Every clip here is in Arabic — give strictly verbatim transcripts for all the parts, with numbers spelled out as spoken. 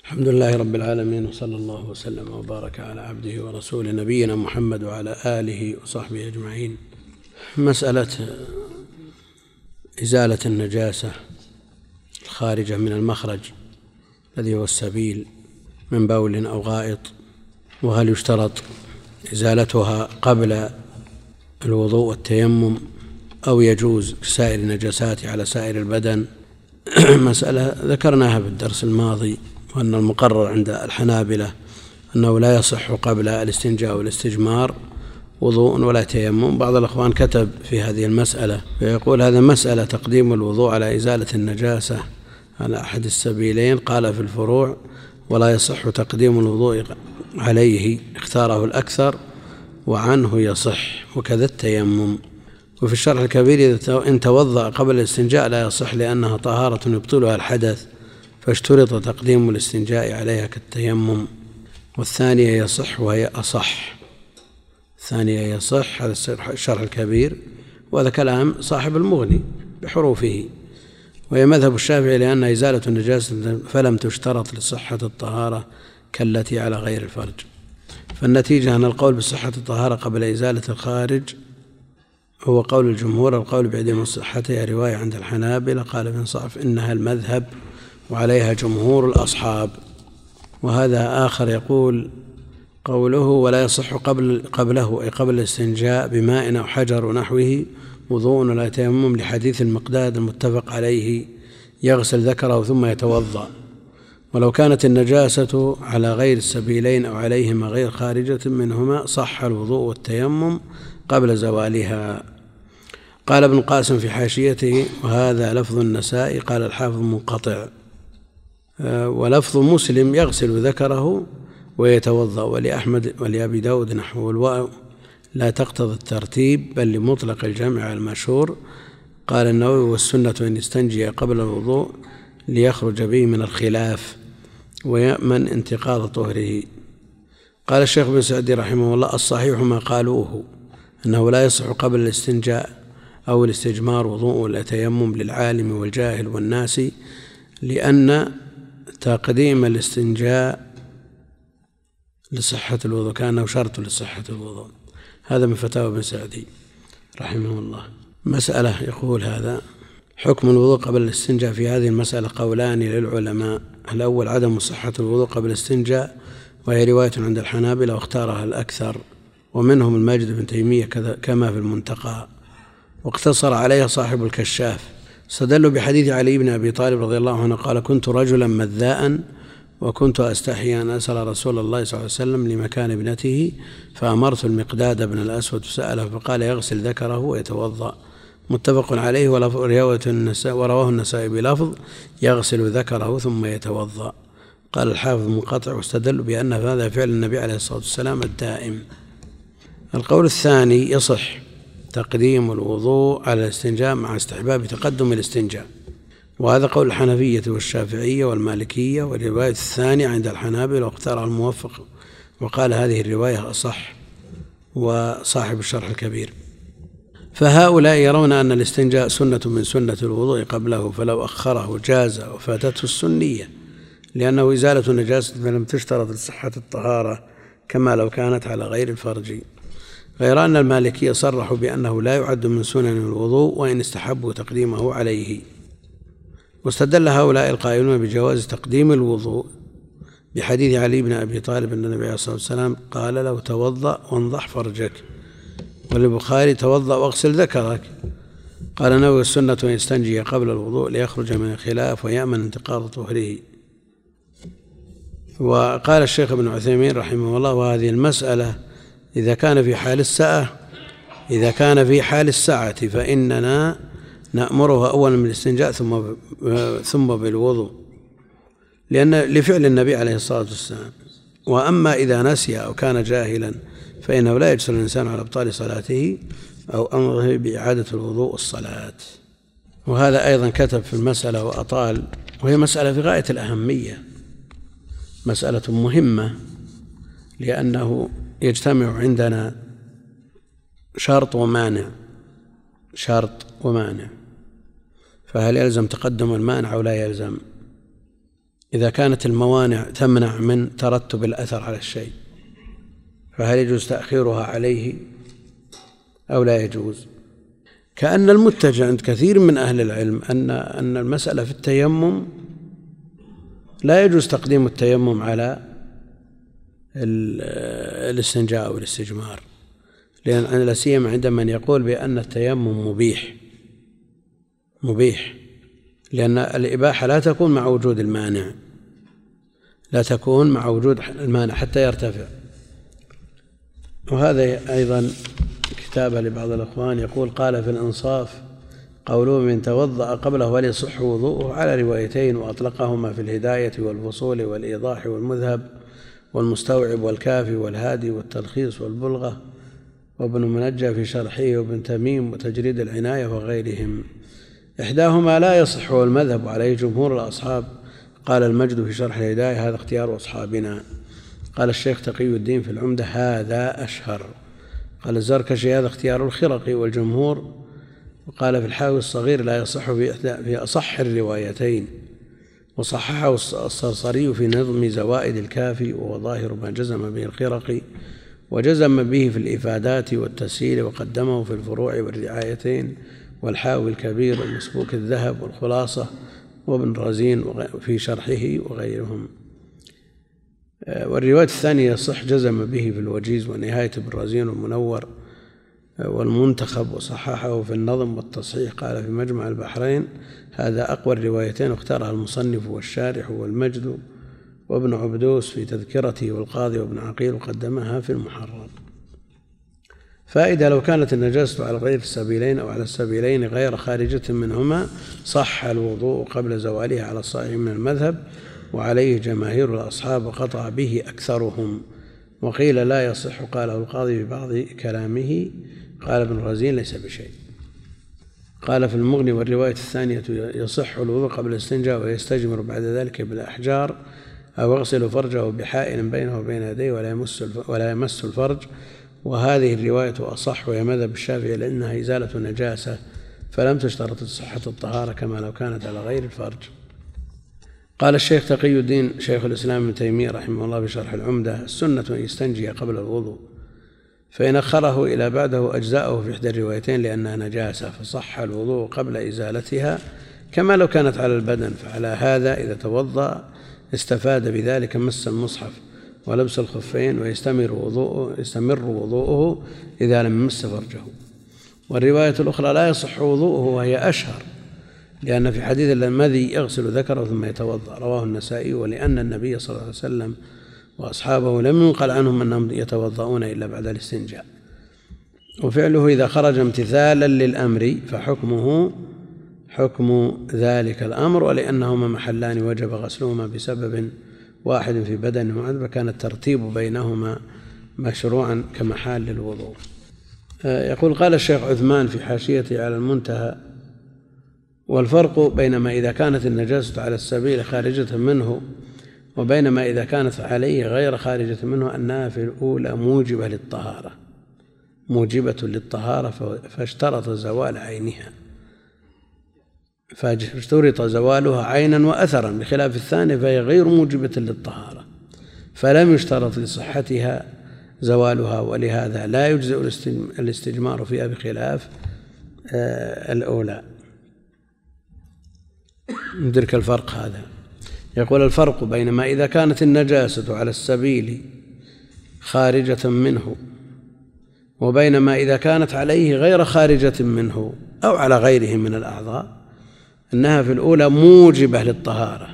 الحمد لله رب العالمين، وصلى الله وسلم وبارك على عبده ورسوله نبينا محمد وعلى آله وصحبه أجمعين. مسألة إزالة النجاسة الخارجة من المخرج الذي هو السبيل من بول أو غائط، وهل يشترط إزالتها قبل الوضوء والتيمم أو يجوز سائر النجاسات على سائر البدن؟ مسألة ذكرناها في الدرس الماضي، وأن المقرر عند الحنابلة أنه لا يصح قبل الاستنجاء والاستجمار وضوء ولا تيمم. بعض الأخوان كتب في هذه المسألة فيقول هذا مسألة تقديم الوضوء على إزالة النجاسة على أحد السبيلين، قال في الفروع ولا يصح تقديم الوضوء عليه، اختاره الأكثر وعنه يصح، وكذا التيمم. وفي الشرح الكبير إن توضأ قبل الاستنجاء لا يصح لأنها طهارة يبطلها الحدث، فاشترط تقديم الاستنجاء عليها كالتيمم. والثانية يصح وهي أصح، الثانية يصح، هذا الشرح الكبير، وهذا كلام صاحب المغني بحروفه. وهي مذهب الشافعي لأن إزالة النجاسة فلم تشترط لصحة الطهارة كالتي على غير الفرج، فالنتيجة أن القول بصحة الطهارة قبل إزالة الخارج هو قول الجمهور. القول بعدم صحتها رواية عند الحنابلة، قال ابن صعف إنها المذهب وعليها جمهور الأصحاب. وهذا آخر يقول قوله ولا يصح قبل قبله أي قبل الاستنجاء بماء أو حجر ونحوه وضوء ولا تيمم، لحديث المقداد المتفق عليه يغسل ذكره ثم يتوضأ. ولو كانت النجاسة على غير السبيلين أو عليهما غير خارجة منهما صح الوضوء والتيمم قبل زوالها. قال ابن قاسم في حاشيته وهذا لفظ النسائي، قال الحافظ منقطع، ولفظ مسلم يغسل ذكره ويتوضأ، ولأحمد ولأبي داود نحو الواو لا تقتضي الترتيب بل لمطلق الجمع المشهور. قال النووي والسنة أن يستنجي قبل الوضوء ليخرج به من الخلاف ويأمن انتقاض طهره. قال الشيخ بن سعدي رحمه الله الصحيح ما قالوه أنه لا يصح قبل الاستنجاء أو الاستجمار وضوء ولا تيمم للعالم والجاهل والناس، لأن تقديم الاستنجاء لصحة الوضوء كأنه شرط لصحة الوضوء. هذا من فتاوى ابن سعدي رحمه الله. مسألة يقول هذا حكم الوضوء قبل الاستنجاء. في هذه المسألة قولان للعلماء، الأول عدم صحة الوضوء قبل الاستنجاء، وهي رواية عند الحنابلة واختارها الأكثر، ومنهم الماجد بن تيمية كما في المنتقى، واقتصر عليها صاحب الكشاف. استدلوا بحديث علي بن أبي طالب رضي الله عنه قال كنت رجلا مذاء وكنت أستحي أن أسأل رسول الله صلى الله عليه وسلم لمكان ابنته، فأمرت المقداد بن الأسود فسأله فقال يغسل ذكره ويتوضأ. متفق عليه، ورواه النسائي بلفظ يغسل ذكره ثم يتوضأ. قال الحافظ منقطع، واستدلوا بأن هذا فعل النبي عليه الصلاة والسلام الدائم. القول الثاني يصح تقديم الوضوء على الاستنجاء مع استحباب تقدم الاستنجاء، وهذا قول الحنفية والشافعية والمالكية، والرواية الثانية عند الحنابلة واختارها الموفق، وقال هذه الرواية أصح، وصاحب الشرح الكبير. فهؤلاء يرون أن الاستنجاء سنة من سنة الوضوء قبله، فلو أخره جاز وفاتته السنية، لأنه إزالة النجاسة فلم تشترط لصحة الطهارة كما لو كانت على غير الفرج. غير أن المالكية صرحوا بأنه لا يعد من سنن الوضوء وإن استحبوا تقديمه عليه. واستدل هؤلاء القائلون بجواز تقديم الوضوء بحديث علي بن أبي طالب أن النبي عليه الصلاة والسلام قال له توضأ وانضح فرجك، وللبخاري توضأ واغسل ذكرك. قال النووي السنة أن يستنجي قبل الوضوء ليخرج من الخلاف ويأمن انتقاض طهره. وقال الشيخ ابن عثيمين رحمه الله وهذه المسألة إذا كان في حال السعة إذا كان في حال السعة فإننا نأمره أولا بالاستنجاء ثم ثم بالوضوء، لأن لفعل النبي عليه الصلاة والسلام. وأما إذا نسي أو كان جاهلا فإنه لا يجسر الإنسان على إبطال صلاته أو أمره بإعادة الوضوء والصلاة. وهذا أيضا كتب في المسألة وأطال، وهي مسألة في غاية الأهمية، مسألة مهمة، لأنه يجتمع عندنا شرط ومانع شرط ومانع فهل يلزم تقدم المانع أو لا يلزم؟ إذا كانت الموانع تمنع من ترتب الأثر على الشيء فهل يجوز تأخيرها عليه أو لا يجوز؟ كأن المتجه عند كثير من أهل العلم أن أن المسألة في التيمم لا يجوز تقديم التيمم على الاستنجاء أو الاستجمار، لأن لا سيما عند من يقول بأن التيمم مبيح مبيح لأن الإباحة لا تكون مع وجود المانع، لا تكون مع وجود المانع حتى يرتفع. وهذا أيضا كتابة لبعض الأخوان يقول: قال في الإنصاف قوله من توضأ قبله وليصح وضوءه على روايتين، وأطلقهما في الهداية والفصول والإيضاح والمذهب والمستوعب والكافي والهادي والتلخيص والبلغة وابن منجى في شرحه وابن تميم وتجريد العناية وغيرهم. إحداهما لا يصح والمذهب عليه جمهور الأصحاب. قال المجد في شرح الهداية: هذا اختيار أصحابنا. قال الشيخ تقي الدين في العمدة: هذا أشهر. قال الزركشي: هذا اختيار الخرقي والجمهور. وقال في الحاوي الصغير: لا يصح في أصح الروايتين. وصححه الصرصري في نظم زوائد الكافي، وهو ظاهر ما جزم به الخرقي، وجزم به في الإفادات والتسهيل، وقدمه في الفروع والرعايتين والحاوي الكبير والمسبوك الذهب والخلاصة وابن رزين في شرحه وغيرهم. والرواية الثانية يصح جزم به في الوجيز ونهاية ابن رزين والمنور والمنتخب، وصححه في النظم والتصحيح. قال في مجمع البحرين: هذا أقوى الروايتين واختارها المصنف والشارح والمجد وابن عبدوس في تذكرته، والقاضي وابن عقيل وقدمها في المحرر. فائدة: لو كانت النجاسة على غير السبيلين أو على السبيلين غير خارجة منهما صح الوضوء قبل زوالها على الصحيح من المذهب، وعليه جماهير الأصحاب وقطع به أكثرهم. وقيل لا يصح، قاله القاضي في بعض كلامه. قال ابن رزين: ليس بشيء. قال في المغني: والرواية الثانية يصح الوضوء قبل الاستنجاء ويستجمر بعد ذلك بالأحجار أو يغسل فرجه بحائل بينه وبين يديه ولا يمس ولا يمس الفرج. وهذه الرواية أصح، وهي مذهب الشافعي لأنها إزالة نجاسة فلم تشترط صحة الطهارة كما لو كانت على غير الفرج. قال الشيخ تقي الدين شيخ الإسلام ابن تيمية رحمه الله في شرح العمدة: السنة أن يستنجي قبل الوضوء، فإن أخره إلى بعده أجزاءه في إحدى الروايتين لأنها نجاسة، فصح الوضوء قبل إزالتها كما لو كانت على البدن. فعلى هذا إذا توضأ استفاد بذلك مس المصحف ولبس الخفين، ويستمر وضوءه يستمر وضوءه إذا لم يمس فرجه. والرواية الأخرى لا يصح وضوءه وهي أشهر، لأن في حديث الذي يغسل ذكره ثم يتوضأ رواه النسائي، ولأن النبي صلى الله عليه وسلم وأصحابه لم ينقل عنهم أنهم يتوضؤون إلا بعد الاستنجاء. وفعله إذا خرج امتثالا للأمر فحكمه حكم ذلك الأمر، ولأنهما محلان وجب غسلهما بسبب واحد في بدن واحد، فكان الترتيب بينهما مشروعا كمحال للوضوء. يقول: قال الشيخ عثمان في حاشيته على المنتهى: والفرق بينما إذا كانت النجاسة على السبيل خارجة منه وبينما إذا كانت عليه غير خارجة منه أنها في الأولى موجبة للطهارة موجبة للطهارة فاشترط زوال عينها فاشترط زوالها عينا وأثرا، بخلاف الثانية فهي غير موجبة للطهارة فلم يشترط لصحتها زوالها، ولهذا لا يجزئ الاستجمار فيها بخلاف الأولى. ندرك الفرق هذا. يقول: الفرق بينما إذا كانت النجاسة على السبيل خارجة منه وبينما إذا كانت عليه غير خارجة منه أو على غيره من الأعضاء أنها في الأولى موجبة للطهارة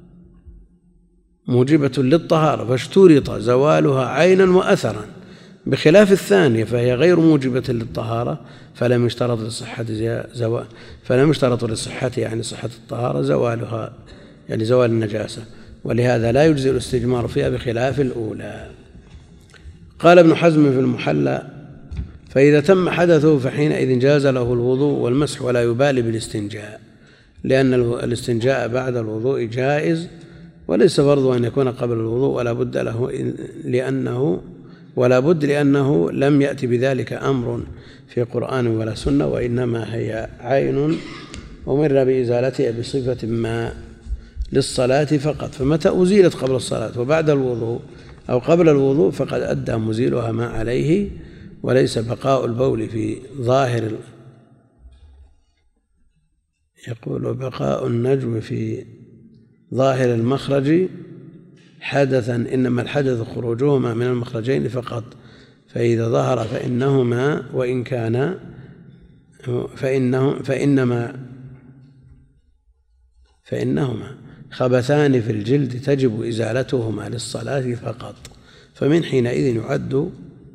موجبة للطهارة فاشترط زوالها عينا وأثرا، بخلاف الثانية فهي غير موجبة للطهارة فلم يشترط لصحة زوال فلم يشترط لصحتها يعني صحة الطهارة زوالها يعني زوال النجاسة، ولهذا لا يجزئ الاستجمار فيها بخلاف الأولى. قال ابن حزم في المحلى: فإذا تم حدثه فحينئذ جاز له الوضوء والمسح ولا يبالي بالاستنجاء، لأن الاستنجاء بعد الوضوء جائز وليس فرض أن يكون قبل الوضوء ولا بد له لأنه ولا بد لأنه لم يأتي بذلك أمر في قرآن ولا سنة، وإنما هي عين أمر بإزالتها بصفة ما للصلاة فقط، فمتى أزيلت قبل الصلاة وبعد الوضوء أو قبل الوضوء فقد أدى مزيلها ما عليه، وليس بقاء البول في ظاهر، يقول بقاء النجو في ظاهر المخرج حدثا، إنما الحدث خروجهما من المخرجين فقط، فإذا ظهر فإنهما وإن كان فإنه فإنما فإنهما خبثان في الجلد تجب إزالتهما للصلاة فقط، فمن حينئذ يعد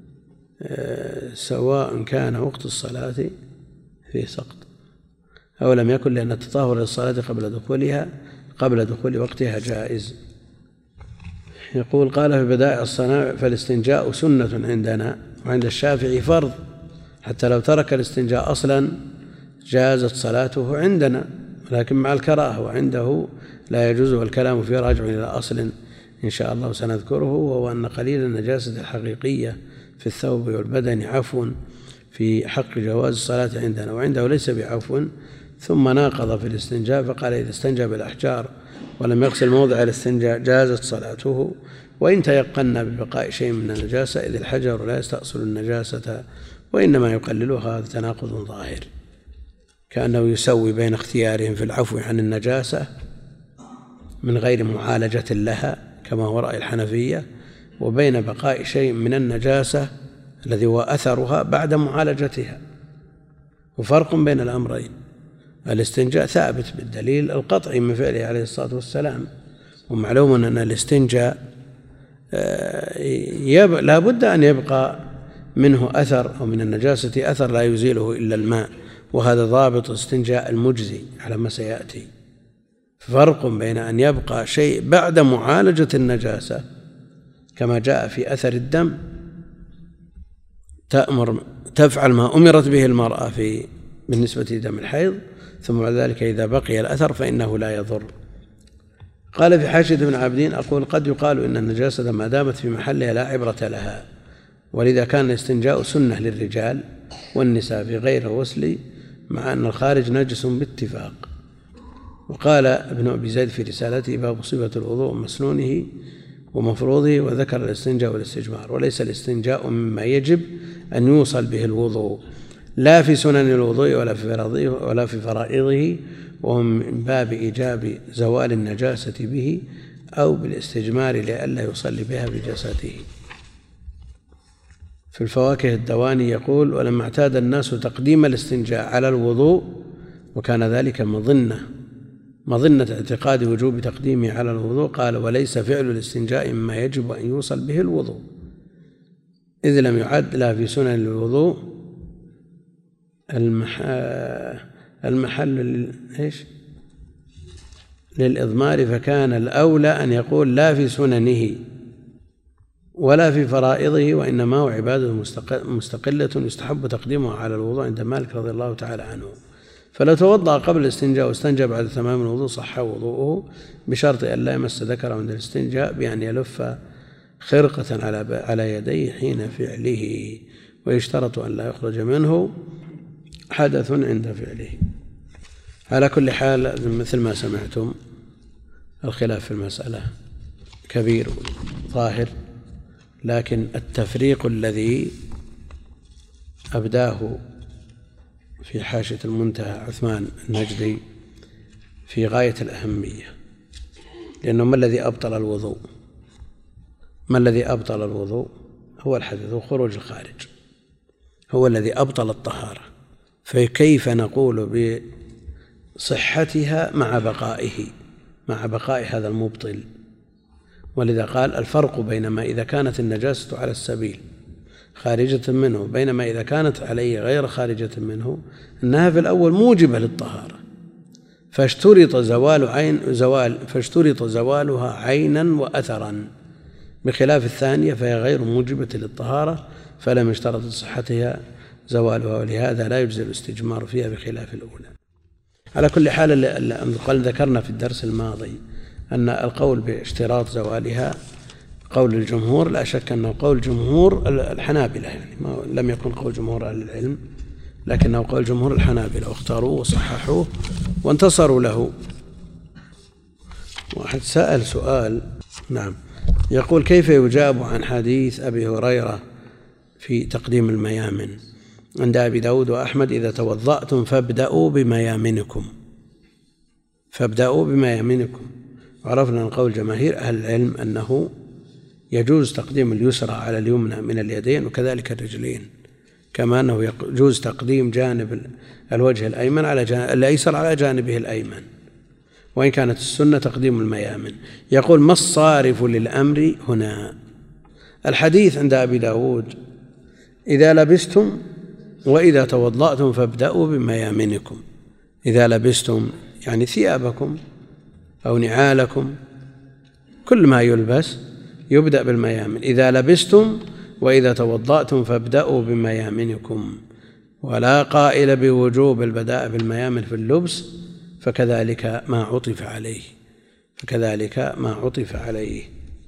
سواء كان وقت الصلاة في سقط أو لم يكن، لأن التطهر للصلاة قبل دخولها قبل دخول وقتها جائز. يقول قال في بدائع الصنائع فالاستنجاء سنة عندنا، وعند الشافعي فرض، حتى لو ترك الاستنجاء أصلا جازت صلاته عندنا، لكن مع الكراهة، وعنده لا يجوز، والكلام فيه راجع إلى أصل إن شاء الله سنذكره، وهو أن قليل النجاسة الحقيقية في الثوب والبدن عفو في حق جواز الصلاة عندنا، وعنده ليس بعفو. ثم ناقض في الاستنجاء فقال إذا استنجى بالأحجار ولم يغسل موضع الاستنجاء جازت صلاته، وإن تيقنا ببقاء شيء من النجاسة، إذ الحجر لا يستأصل النجاسة وإنما يقللها. هذا تناقض ظاهر، كأنه يسوي بين اختيارهم في العفو عن النجاسة من غير معالجة لها كما هو رأي الحنفية، وبين بقاء شيء من النجاسة الذي هو أثرها بعد معالجتها، وفرق بين الأمرين. الاستنجاء ثابت بالدليل القطعي من فعله عليه الصلاة والسلام، ومعلوم أن الاستنجاء لا بد أن يبقى منه أثر أو من النجاسة أثر لا يزيله إلا الماء، وهذا ضابط الاستنجاء المجزي على ما سيأتي. فرق بين أن يبقى شيء بعد معالجة النجاسة كما جاء في أثر الدم، تأمر تفعل ما أمرت به المرأة في بالنسبة لدم الحيض، ثم بعد ذلك إذا بقي الأثر فإنه لا يضر. قال في حاشية ابن عابدين أقول قد يقال إن النجاسة ما دامت في محلها لا عبرة لها، ولذا كان الاستنجاء سنة للرجال والنساء في غير غسل، مع أن الخارج نجس باتفاق. وقال ابن أبي زيد في رسالته باب صفة الوضوء مسنونه ومفروضه، وذكر الاستنجاء والاستجمار، وليس الاستنجاء مما يجب أن يوصل به الوضوء لا في سنن الوضوء ولا في فرائضه ولا في فرائضه، وهو من باب إيجاب زوال النجاسة به أو بالاستجمار لئلا يصلي بها بجسده. في الفواكه الدواني يقول ولما اعتاد الناس تقديم الاستنجاء على الوضوء، وكان ذلك مظنة مظنة اعتقاد وجوب تقديمه على الوضوء، قال وليس فعل الاستنجاء مما يجب أن يوصل به الوضوء، إذ لم يعد لا في سنن الوضوء المحل إيش للإضمار، فكان الأولى أن يقول لا في سننه ولا في فرائضه، وإنما هو عبادة مستقلة يستحب تقديمها على الوضوء عند مالك رضي الله تعالى عنه. فلو توضأ قبل الاستنجاء واستنجى بعد تمام الوضوء صح وضوءه، بشرط أن لا يمس ذكره عند الاستنجاء بأن يلف خرقة على على يديه حين فعله، ويشترط أن لا يخرج منه حدث عند فعله. على كل حال مثل ما سمعتم الخلاف في المسألة كبير ظاهر، لكن التفريق الذي أبداه في حاشية المنتهى عثمان النجدي في غاية الأهمية، لأنه ما الذي أبطل الوضوء؟ ما الذي أبطل الوضوء؟ هو الحدث وخروج الخارج، هو الذي أبطل الطهارة، فكيف نقول بصحتها مع بقائه مع بقاء هذا المبطل؟ ولذا قال الفرق بينما إذا كانت النجاسة على السبيل خارجة منه بينما إذا كانت عليه غير خارجة منه، أنها في الأول موجبة للطهارة، فاشترط زوال عين زوال فاشترط زوالها عينا وأثرا، بخلاف الثانية فهي غير موجبة للطهارة فلم يشترط لصحتها زوالها، ولهذا لا يجزي الاستجمار فيها بخلاف الأولى. على كل حال قال ذكرنا في الدرس الماضي أن القول باشتراط زوالها قول الجمهور، لا شك أنه قول جمهور الحنابلة، يعني ما لم يكن قول جمهور أهل العلم، لكنه قول جمهور الحنابلة، واختاروه وصححوه وانتصروا له. واحد سأل سؤال، نعم، يقول: كيف يجاب عن حديث أبي هريرة في تقديم الميامن عند أبي داود وأحمد: إذا توضأتم فابدأوا بميامنكم فابدأوا بميامنكم. عرفنا من قول جماهير أهل العلم أنه يجوز تقديم اليسرى على اليمنى من اليدين وكذلك الرجلين، كما أنه يجوز تقديم جانب الوجه الأيمن على جانب الأيسر على جانبه الأيمن، وإن كانت السنة تقديم الميامن. يقول: ما الصارف للأمر هنا؟ الحديث عند أبي داود: إذا لبستم وإذا توضأتم فابدأوا بميامنكم. إذا لبستم يعني ثيابكم أو نعالكم، كل ما يلبس يبدأ بالميامن. إذا لبستم وإذا توضأتم فابدأوا بميامنكم. ولا قائل بوجوب البداء بالميامن في اللبس، فكذلك ما عطف عليه فكذلك ما عطف عليه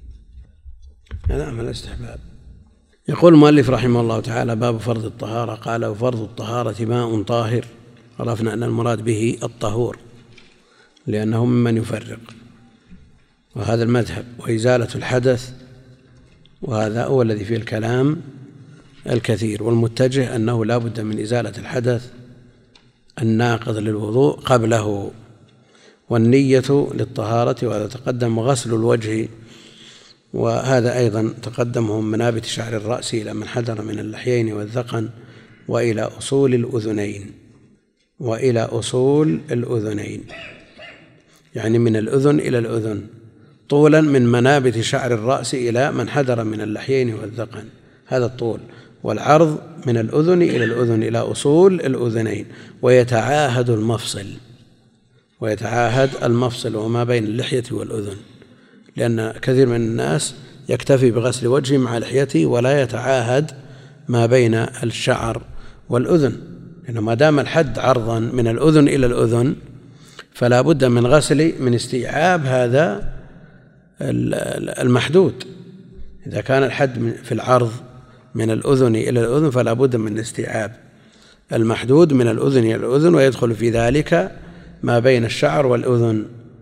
نعم الاستحباب. يقول المؤلف رحمه الله تعالى: باب فرض الطهارة. قال: وفرض الطهارة ماء طاهر. عرفنا أن المراد به الطهور لأنه ممن يفرق، وهذا المذهب، وإزالة الحدث، وهذا هو الذي فيه الكلام الكثير. والمتجه أنه لا بد من إزالة الحدث الناقض للوضوء قبله، والنية للطهارة، وهذا تقدم غسل الوجه، وهذا أيضا تقدمه من منابت شعر الرأس إلى من حدر من اللحيين والذقن، وإلى أصول الأذنين وإلى أصول الأذنين يعني من الأذن إلى الأذن، طولا من منابت شعر الرأس إلى من حدر من اللحيين والذقن، هذا الطول. والعرض من الأذن إلى الأذن إلى أصول الأذنين. ويتعاهد المفصل ويتعاهد المفصل وما بين اللحية والأذن، لأن كثير من الناس يكتفي بغسل وجهه مع لحيته ولا يتعاهد ما بين الشعر والأذن، لأنه ما دام الحد عرضا من الأذن إلى الأذن فلا بد من غسل من استيعاب هذا المحدود. إذا كان الحد في العرض من الأذن إلى الأذن فلا بد من استيعاب المحدود من الأذن إلى الأذن، ويدخل في ذلك ما بين الشعر والأذن.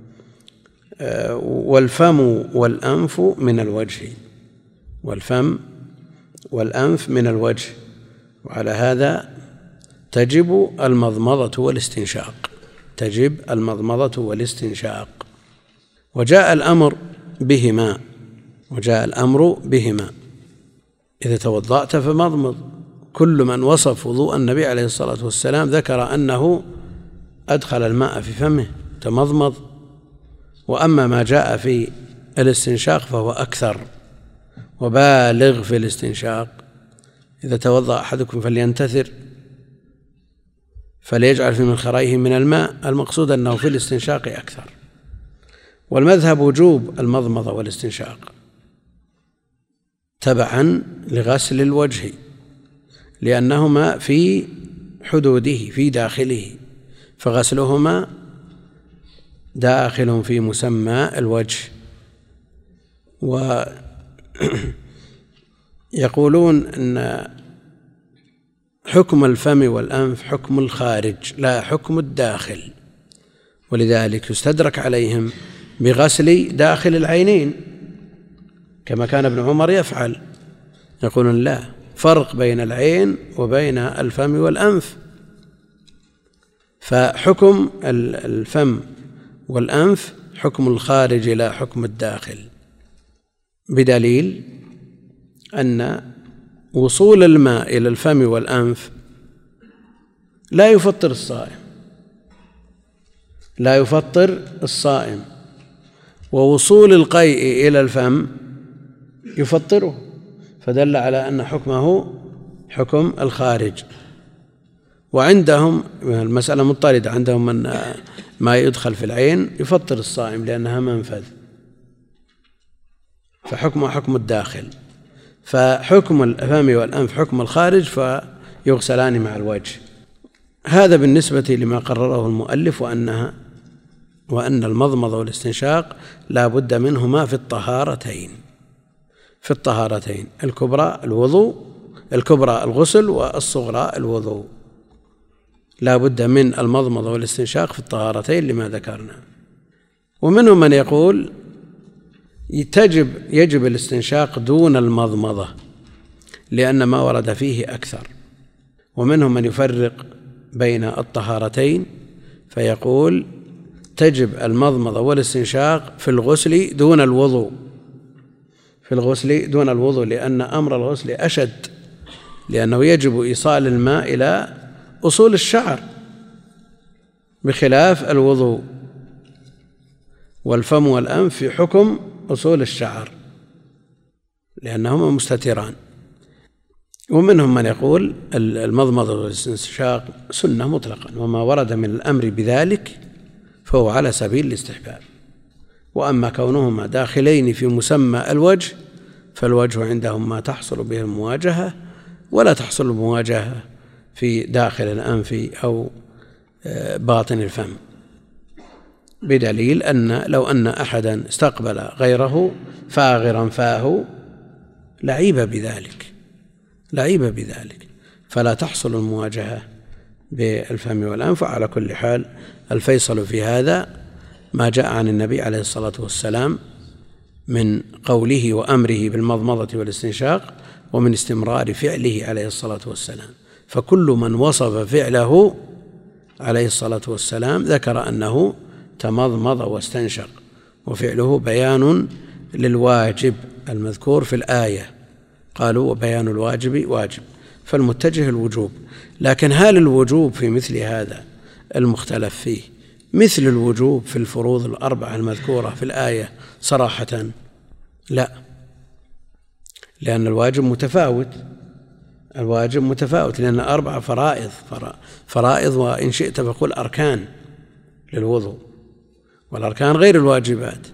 والفم والأنف من الوجه والفم والأنف من الوجه، وعلى هذا تجب المضمضة والاستنشاق تجب المضمضة والاستنشاق وجاء الأمر بهما وجاء الأمر بهما إذا توضأت فمضمض. كل من وصف وضوء النبي عليه الصلاة والسلام ذكر أنه أدخل الماء في فمه تمضمض. وأما ما جاء في الاستنشاق فهو أكثر، وبالغ في الاستنشاق. إذا توضأ أحدكم فلينتثر فليجعل في منخريه من الماء، المقصود أنه في الاستنشاق أكثر. والمذهب وجوب المضمضة والاستنشاق تبعا لغسل الوجه، لأنهما في حدوده في داخله، فغسلهما داخل في مسمى الوجه. ويقولون أن حكم الفم والأنف حكم الخارج لا حكم الداخل، ولذلك يستدرك عليهم بغسل داخل العينين كما كان ابن عمر يفعل. يقولون لا فرق بين العين وبين الفم والأنف، فحكم الفم والأنف حكم الخارج لا حكم الداخل، بدليل أن وصول الماء إلى الفم والأنف لا يفطر الصائم لا يفطر الصائم ووصول القيء إلى الفم يفطره، فدل على أن حكمه حكم الخارج. وعندهم المسألة مضطردة، عندهم من ما يدخل في العين يفطر الصائم لأنها منفذ، فحكمه حكم الداخل. فحكم الفم والأنف حكم الخارج فيغسلان مع الوجه. هذا بالنسبة لما قرره المؤلف، وأنها وأن المضمضة والاستنشاق لا بد منهما في الطهارتين في الطهارتين الكبرى الوضوء الكبرى الغسل والصغرى الوضوء، لا بد من المضمضة والاستنشاق في الطهارتين لما ذكرنا. ومنهم من يقول تجب يجب الاستنشاق دون المضمضة لأن ما ورد فيه أكثر. ومنهم من يفرق بين الطهارتين فيقول تجب المضمضة والاستنشاق في الغسل دون الوضوء في الغسل دون الوضوء لأن أمر الغسل أشد، لأنه يجب إيصال الماء إلى أصول الشعر بخلاف الوضوء، والفم والأنف في حكم أصول الشعر لأنهما مستتران. ومنهم من يقول المضمضة والاستنشاق سنة مطلقا، وما ورد من الأمر بذلك فهو على سبيل الاستحباب. وأما كونهما داخلين في مسمى الوجه فالوجه عندهم ما تحصل به المواجهة، ولا تحصل المواجهة في داخل الأنف أو باطن الفم، بدليل أن لو أن أحدا استقبل غيره فاغرا فاه لعيب بذلك لعيب بذلك فلا تحصل المواجهة بالفم والأنف. على كل حال الفيصل في هذا ما جاء عن النبي عليه الصلاة والسلام من قوله وأمره بالمضمضة والاستنشاق ومن استمرار فعله عليه الصلاة والسلام. فكل من وصف فعله عليه الصلاة والسلام ذكر أنه تمضمض واستنشق، وفعله بيان للواجب المذكور في الآية، قالوا وبيان الواجب واجب، فالمتجه الوجوب. لكن هل الوجوب في مثل هذا المختلف فيه مثل الوجوب في الفروض الأربعة المذكورة في الآية صراحة؟ لا، لأن الواجب متفاوت الواجب متفاوت لأن أربع فرائض فرائض وإن شئت فقل أركان للوضوء، والأركان غير الواجبات.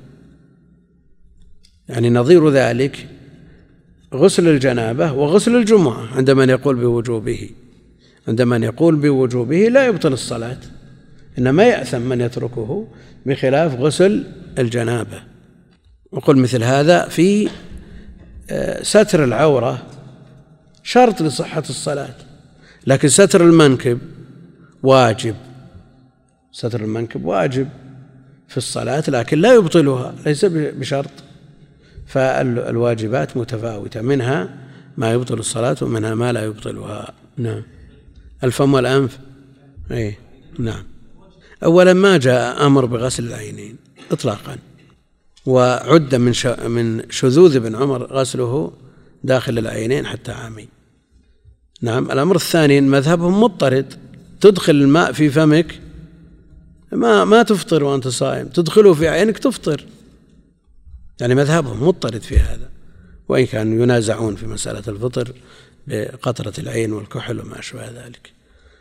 يعني نظير ذلك غسل الجنابة وغسل الجمعة عند من يقول بوجوبه عند من يقول بوجوبه لا يبطل الصلاة، إنما يأثم من يتركه، بخلاف غسل الجنابة. وقل مثل هذا في ستر العورة شرط لصحة الصلاة، لكن ستر المنكب واجب ستر المنكب واجب في الصلاة لكن لا يبطلها، ليس بشرط. فالواجبات متفاوتة، منها ما يبطل الصلاة ومنها ما لا يبطلها. نعم. الفم والأنف أي نعم. أولا ما جاء أمر بغسل العينين إطلاقا، وعد من من شذوذ ابن عمر غسله داخل العينين حتى عامين. نعم. الأمر الثاني مذهبهم مضطرد، تدخل الماء في فمك ما ما تفطر وأنت صائم، تدخله في عينك تفطر، يعني مذهبهم مضطرد في هذا، وإن كانوا ينازعون في مسألة الفطر بقطرة العين والكحل وما أشبه ذلك.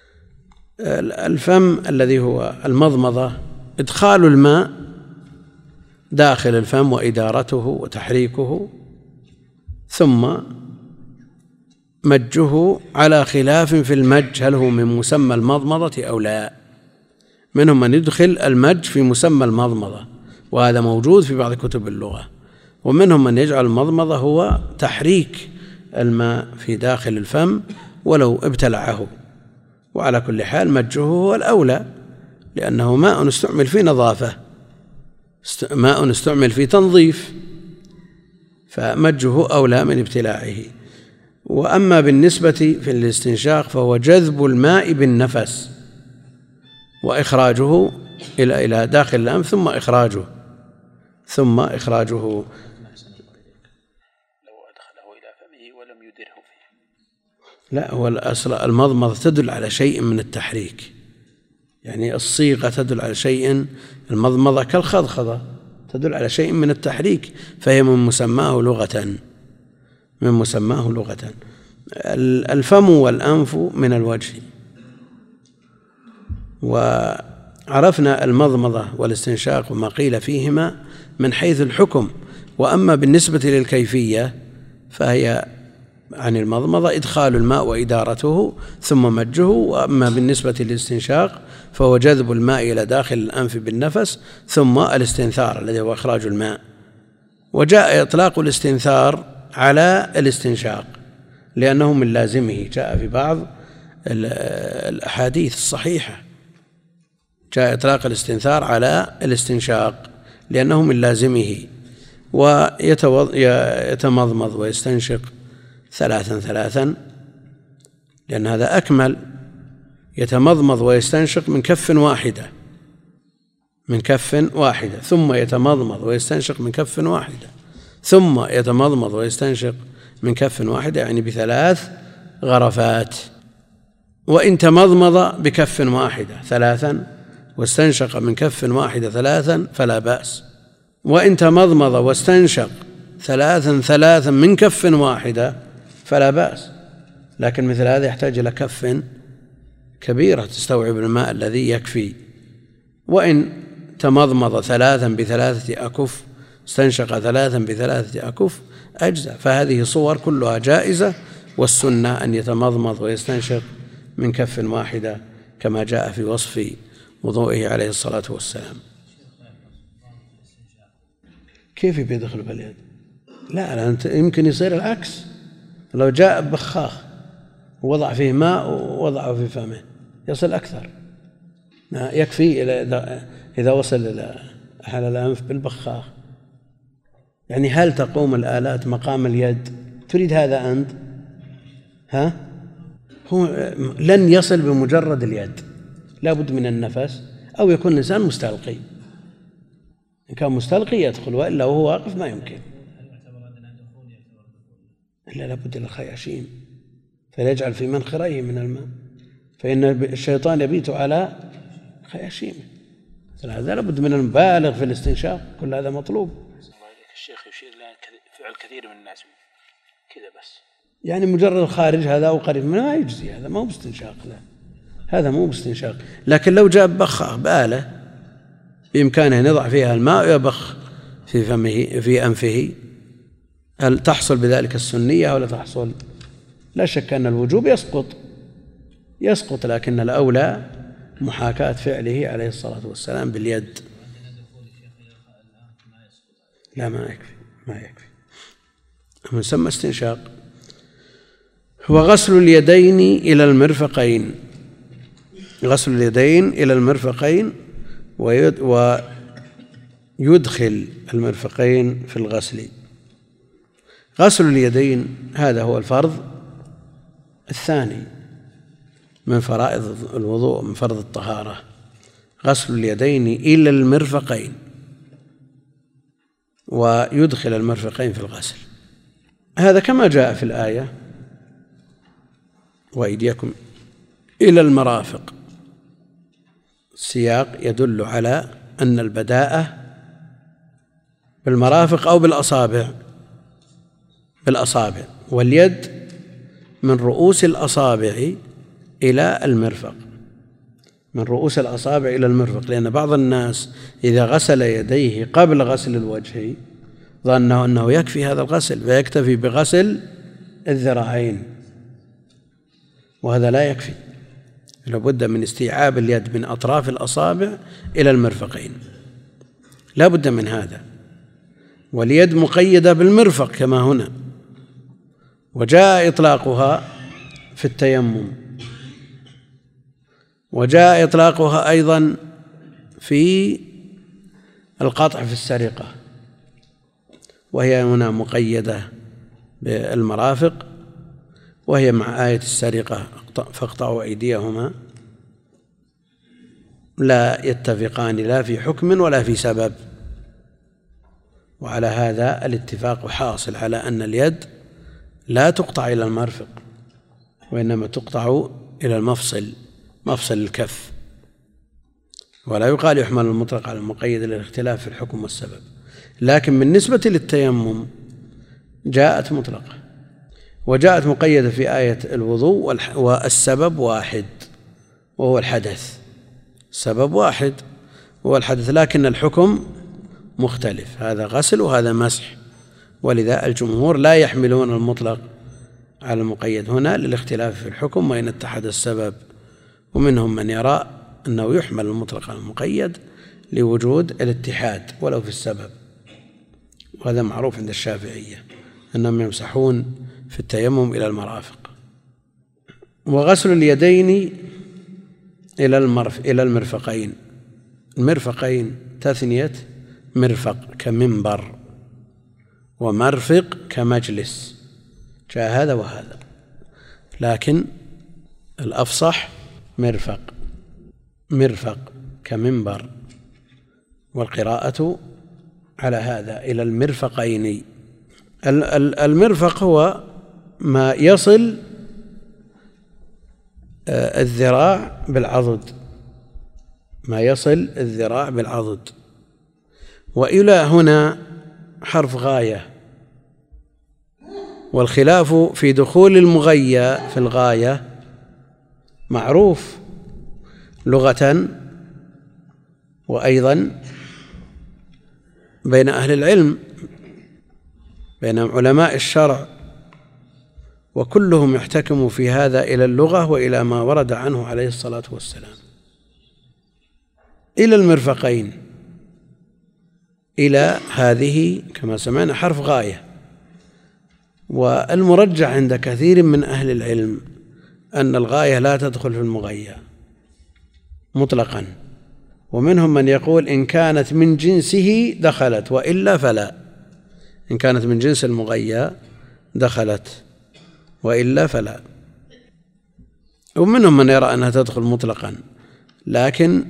الفم الذي هو المضمضة إدخال الماء داخل الفم وإدارته وتحريكه ثم مجه، على خلاف في المج هل هو من مسمى المضمضة أو لا. منهم من يدخل المج في مسمى المضمضة وهذا موجود في بعض كتب اللغة، ومنهم من يجعل المضمضة هو تحريك الماء في داخل الفم ولو ابتلعه. وعلى كل حال مجه هو الأولى، لأنه ماء استعمل في نظافة، ماء استعمل في تنظيف، فمجه أولى من ابتلاعه. وأما بالنسبة في الاستنشاق فهو جذب الماء بالنفس وإخراجه إلى إلى داخل الأنف ثم إخراجه ثم إخراجه لو أدخله إلى فمه ولم يدره فيه. لا، هو الأصل المضمضة تدل على شيء من التحريك، يعني الصيغة تدل على شيء، المضمضة كالخضخضة تدل على شيء من التحريك، فهي من مسماه لغة من مسماه لغة. الفم والأنف من الوجه. وعرفنا المضمضة والاستنشاق وما قيل فيهما من حيث الحكم. وأما بالنسبة للكيفية فهي عن المضمضة إدخال الماء وإدارته ثم مجه، وأما بالنسبة للاستنشاق فهو جذب الماء إلى داخل الأنف بالنفس ثم الاستنثار الذي هو إخراج الماء. وجاء إطلاق الاستنثار على الاستنشاق لأنه من لازمه، جاء في بعض الأحاديث الصحيحة جاء إطلاق الاستنثار على الاستنشاق لأنه من لازمه، ويتمضمض ويستنشق ثلاثا ثلاثا لأن هذا أكمل. يتمضمض ويستنشق من كف واحدة من كف واحدة ثم يتمضمض ويستنشق من كف واحدة ثم يتمضمض ويستنشق من كف واحدة، يعني بثلاث غرفات. وإن تمضمض بكف واحدة ثلاثا واستنشق من كف واحدة ثلاثا فلا بأس. وإن تمضمض واستنشق ثلاثا ثلاثا من كف واحدة فلا بأس، لكن مثل هذا يحتاج إلى كف كبيرة تستوعب الماء الذي يكفي. وإن تمضمض ثلاثا بثلاثة أكف استنشق ثلاثا بثلاثة أكف أجزاء. فهذه صور كلها جائزة، والسنة أن يتمضمض ويستنشق من كف واحدة كما جاء في وصف وضوئه عليه الصلاة والسلام. كيف بيدخل باليد؟ لا لا، يمكن يصير العكس. لو جاء بخاخ ووضع فيه ماء ووضعه في فمه يصل أكثر. يكفي إذا وصل إلى أحد الأنف بالبخاخ. يعني هل تقوم الآلات مقام اليد؟ تريد هذا أنت؟ ها؟ هو لن يصل بمجرد اليد، لا بد من النفس، أو يكون الإنسان مستلقي. إن كان مستلقي يدخل، وإلا وهو واقف ما يمكن. إلا لابد للخياشيم فليجعل في منخريه من الماء، فإن الشيطان يبيت على خياشيمه. هذا لابد من المبالغ في الاستنشاق، كل هذا مطلوب. الشيخ يشير إلى فعل كثير من الناس كذا بس، يعني مجرد الخارج هذا أو قريب منه ما يجزي، هذا ما هو باستنشاق، لا هذا مو باستنشاق. لكن لو جاء بخاخ بآلة بإمكانه أن يضع فيها الماء ويبخ في فمه في أنفه، هل تحصل بذلك السنية ولا تحصل؟ لا شك أن الوجوب يسقط يسقط لكن الأولى محاكاة فعله عليه الصلاة والسلام باليد. لا ما يكفي ما يكفي يسمى استنشاق. وغسل اليدين إلى المرفقين غسل اليدين إلى المرفقين ويدخل المرفقين في الغسل. غسل اليدين هذا هو الفرض الثاني من فرائض الوضوء، من فرض الطهارة. غسل اليدين إلى المرفقين ويدخل المرفقين في الغسل، هذا كما جاء في الآية وأيديكم إلى المرافق. السياق يدل على أن البداءة بالمرافق أو بالأصابع بالأصابع واليد من رؤوس الأصابع إلى المرفق، من رؤوس الأصابع إلى المرفق، لأن بعض الناس إذا غسل يديه قبل غسل الوجه ظنه أنه يكفي هذا الغسل فيكتفي بغسل الذراعين، وهذا لا يكفي، لابد من استيعاب اليد من أطراف الأصابع إلى المرفقين، لا بد من هذا. واليد مقيدة بالمرفق كما هنا، وجاء إطلاقها في التيمم، وجاء إطلاقها أيضا في القطع في السرقة، وهي هنا مقيدة بالمرافق، وهي مع آية السرقة فاقطعوا أيديهما، لا يتفقان لا في حكم ولا في سبب. وعلى هذا الاتفاق حاصل على أن اليد لا تقطع إلى المرفق، وإنما تقطع إلى المفصل، مفصل الكف، ولا يقال يحمل المطلق على المقيد للاختلاف في الحكم والسبب. لكن بالنسبة للتيمم جاءت مطلقة، وجاءت مقيدة في آية الوضوء، والسبب واحد وهو الحدث، السبب واحد وهو الحدث، لكن الحكم مختلف، هذا غسل وهذا مسح، ولذا الجمهور لا يحملون المطلق على المقيد هنا للاختلاف في الحكم وإن اتحد السبب، ومنهم من يرى أنه يحمل المطلق على المقيد لوجود الاتحاد ولو في السبب، وهذا معروف عند الشافعية أنهم يمسحون في التيمم إلى المرافق. وغسل اليدين إلى المرف إلى المرفقين، المرفقين تثنية مرفق كمنبر، ومرفق كمجلس، جاء هذا وهذا، لكن الأفصح مرفق مرفق كمنبر، والقراءة على هذا إلى المرفقين. المرفق هو ما يصل الذراع بالعضد، ما يصل الذراع بالعضد. وإلى هنا حرف غاية، والخلاف في دخول المغيّة في الغاية معروف لغة وأيضا بين أهل العلم، بين علماء الشرع، وكلهم يحتكم في هذا إلى اللغة وإلى ما ورد عنه عليه الصلاة والسلام. إلى المرفقين، إلى هذه كما سمعنا حرف غاية. والمرجح عند كثير من أهل العلم أن الغاية لا تدخل في المغيّة مطلقا، ومنهم من يقول إن كانت من جنسه دخلت، وإلا فلا. إن كانت من جنس المغيّة دخلت، وإلا فلا. ومنهم من يرى أنها تدخل مطلقا، لكن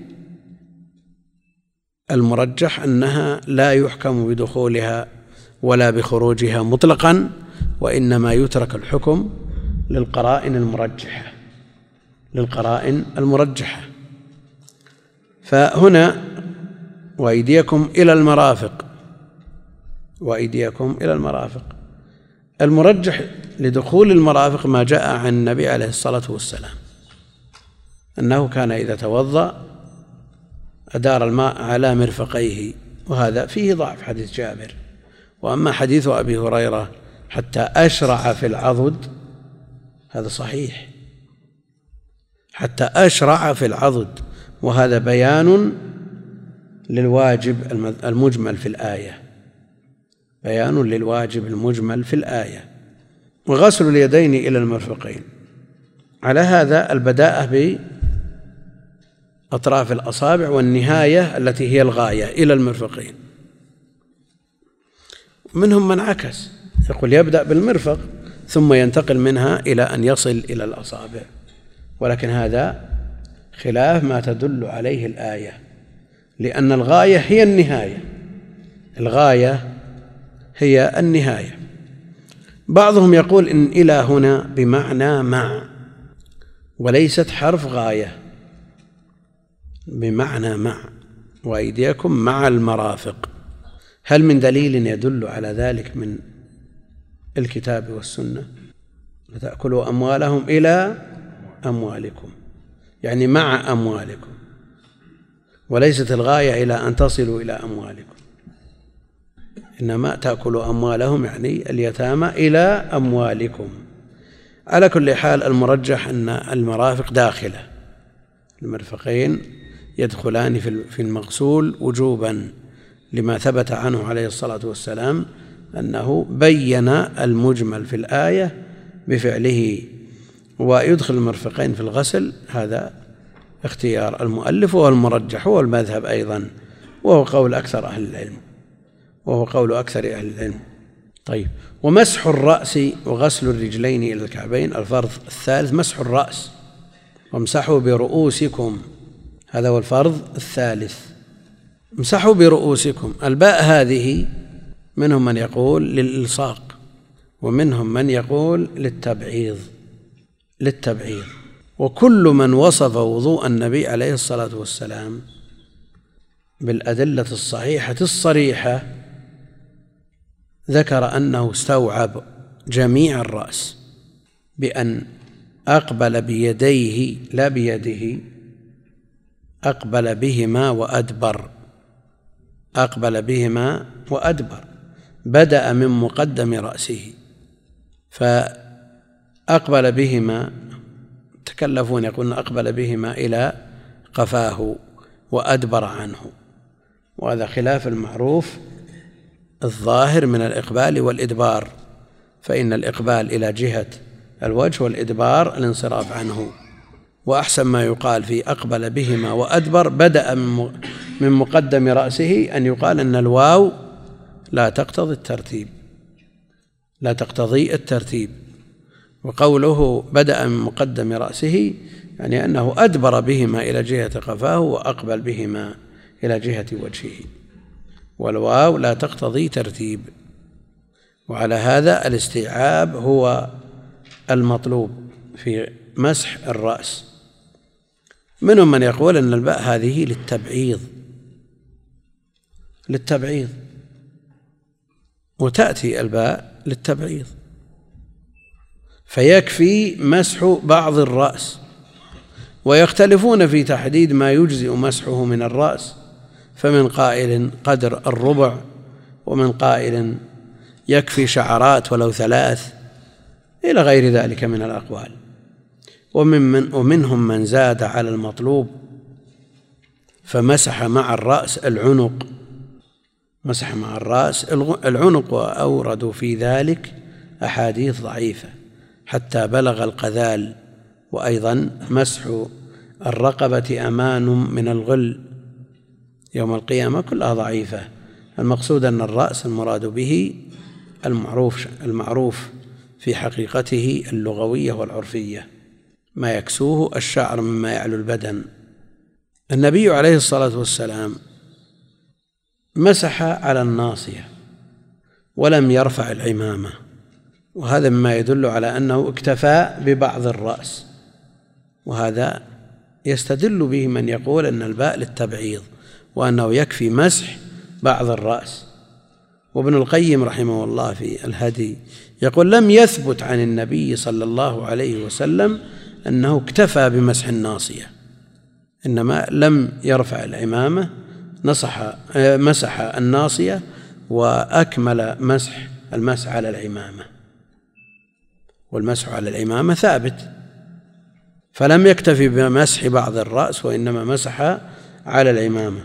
المرجح أنها لا يحكم بدخولها ولا بخروجها مطلقا، وإنما يترك الحكم للقرائن المرجحة للقرائن المرجحة. فهنا وأيديكم إلى المرافق، وأيديكم إلى المرافق، المرجح لدخول المرافق ما جاء عن النبي عليه الصلاة والسلام أنه كان إذا توضأ أدار الماء على مرفقيه، وهذا فيه ضعف حديث جابر. وأما حديث أبي هريرة حتى أشرع في العضد هذا صحيح، حتى أشرع في العضد، وهذا بيان للواجب المجمل في الآية، بيان للواجب المجمل في الآية. وغسل اليدين إلى المرفقين، على هذا البداءة بأطراف الأصابع، والنهاية التي هي الغاية إلى المرفقين. منهم من عكس، يقول يبدأ بالمرفق ثم ينتقل منها إلى أن يصل إلى الأصابع، ولكن هذا خلاف ما تدل عليه الآية، لأن الغاية هي النهاية، الغاية هي النهاية. بعضهم يقول إن إلى هنا بمعنى مع، وليست حرف غاية، بمعنى مع، وأيديكم مع المرافق. هل من دليل يدل على ذلك من الكتاب والسنة؟ وتأكلوا أموالهم إلى أموالكم، يعني مع أموالكم، وليست الغاية إلى أن تصلوا إلى أموالكم، إنما تأكلوا أموالهم يعني اليتامى إلى أموالكم. على كل حال المرجح أن المرافق داخلة، المرفقين يدخلان في المغسول وجوبا، لما ثبت عنه عليه الصلاة والسلام أنه بين المجمل في الآية بفعله. ويدخل المرفقين في الغسل، هذا اختيار المؤلف وهو المرجح، هو المذهب أيضا، وهو قول أكثر أهل العلم وهو قول أكثر أهل العلم. طيب، ومسح الرأس وغسل الرجلين إلى الكعبين، الفرض الثالث مسح الرأس، وامسحوا برؤوسكم، هذا هو الفرض الثالث، امسحوا برؤوسكم. الباء هذه منهم من يقول للإلصاق، ومنهم من يقول للتبعيض للتبعيض وكل من وصف وضوء النبي عليه الصلاة والسلام بالأدلة الصحيحة الصريحة ذكر أنه استوعب جميع الرأس، بأن أقبل بيديه لا بيده، أقبل بهما وأدبر، أقبل بهما وأدبر، بدأ من مقدم رأسه، فأقبل بهما، تكلفون يقولون أقبل بهما إلى قفاه وأدبر عنه، وهذا خلاف المعروف الظاهر من الإقبال والإدبار، فإن الإقبال إلى جهة الوجه والإدبار الانصراف عنه. وأحسن ما يقال في أقبل بهما وأدبر بدأ من مقدم رأسه أن يقال أن الواو لا تقتضي الترتيب لا تقتضي الترتيب وقوله بدأ من مقدم رأسه يعني أنه أدبر بهما إلى جهة قفاه وأقبل بهما إلى جهة وجهه، والواو لا تقتضي ترتيب. وعلى هذا الاستيعاب هو المطلوب في مسح الرأس. منهم من يقول أن الباء هذه للتبعيض للتبعيض وتأتي الباء للتبعيض فيكفي مسح بعض الرأس، ويختلفون في تحديد ما يجزئ مسحه من الرأس، فمن قائل قدر الربع، ومن قائل يكفي شعرات ولو ثلاث، إلى غير ذلك من الأقوال. ومن من ومنهم من زاد على المطلوب فمسح مع الرأس العنق مسح مع الرأس العنق وأوردوا في ذلك أحاديث ضعيفة حتى بلغ القذال. وأيضا مسح الرقبة أمان من الغل يوم القيامة كلها ضعيفة. المقصود أن الرأس المراد به المعروف المعروف في حقيقته اللغوية والعرفية، ما يكسوه الشعر مما يعلو البدن. النبي عليه الصلاة والسلام مسح على الناصية ولم يرفع العمامة، وهذا مما يدل على أنه اكتفى ببعض الرأس، وهذا يستدل به من يقول أن الباء للتبعيض وأنه يكفي مسح بعض الرأس. وابن القيم رحمه الله في الهدي يقول لم يثبت عن النبي صلى الله عليه وسلم أنه اكتفى بمسح الناصية، إنما لم يرفع العمامة، نصح مسح الناصية وأكمل مسح المسح على العمامة، والمسح على العمامة ثابت، فلم يكتفي بمسح بعض الرأس وإنما مسح على العمامة.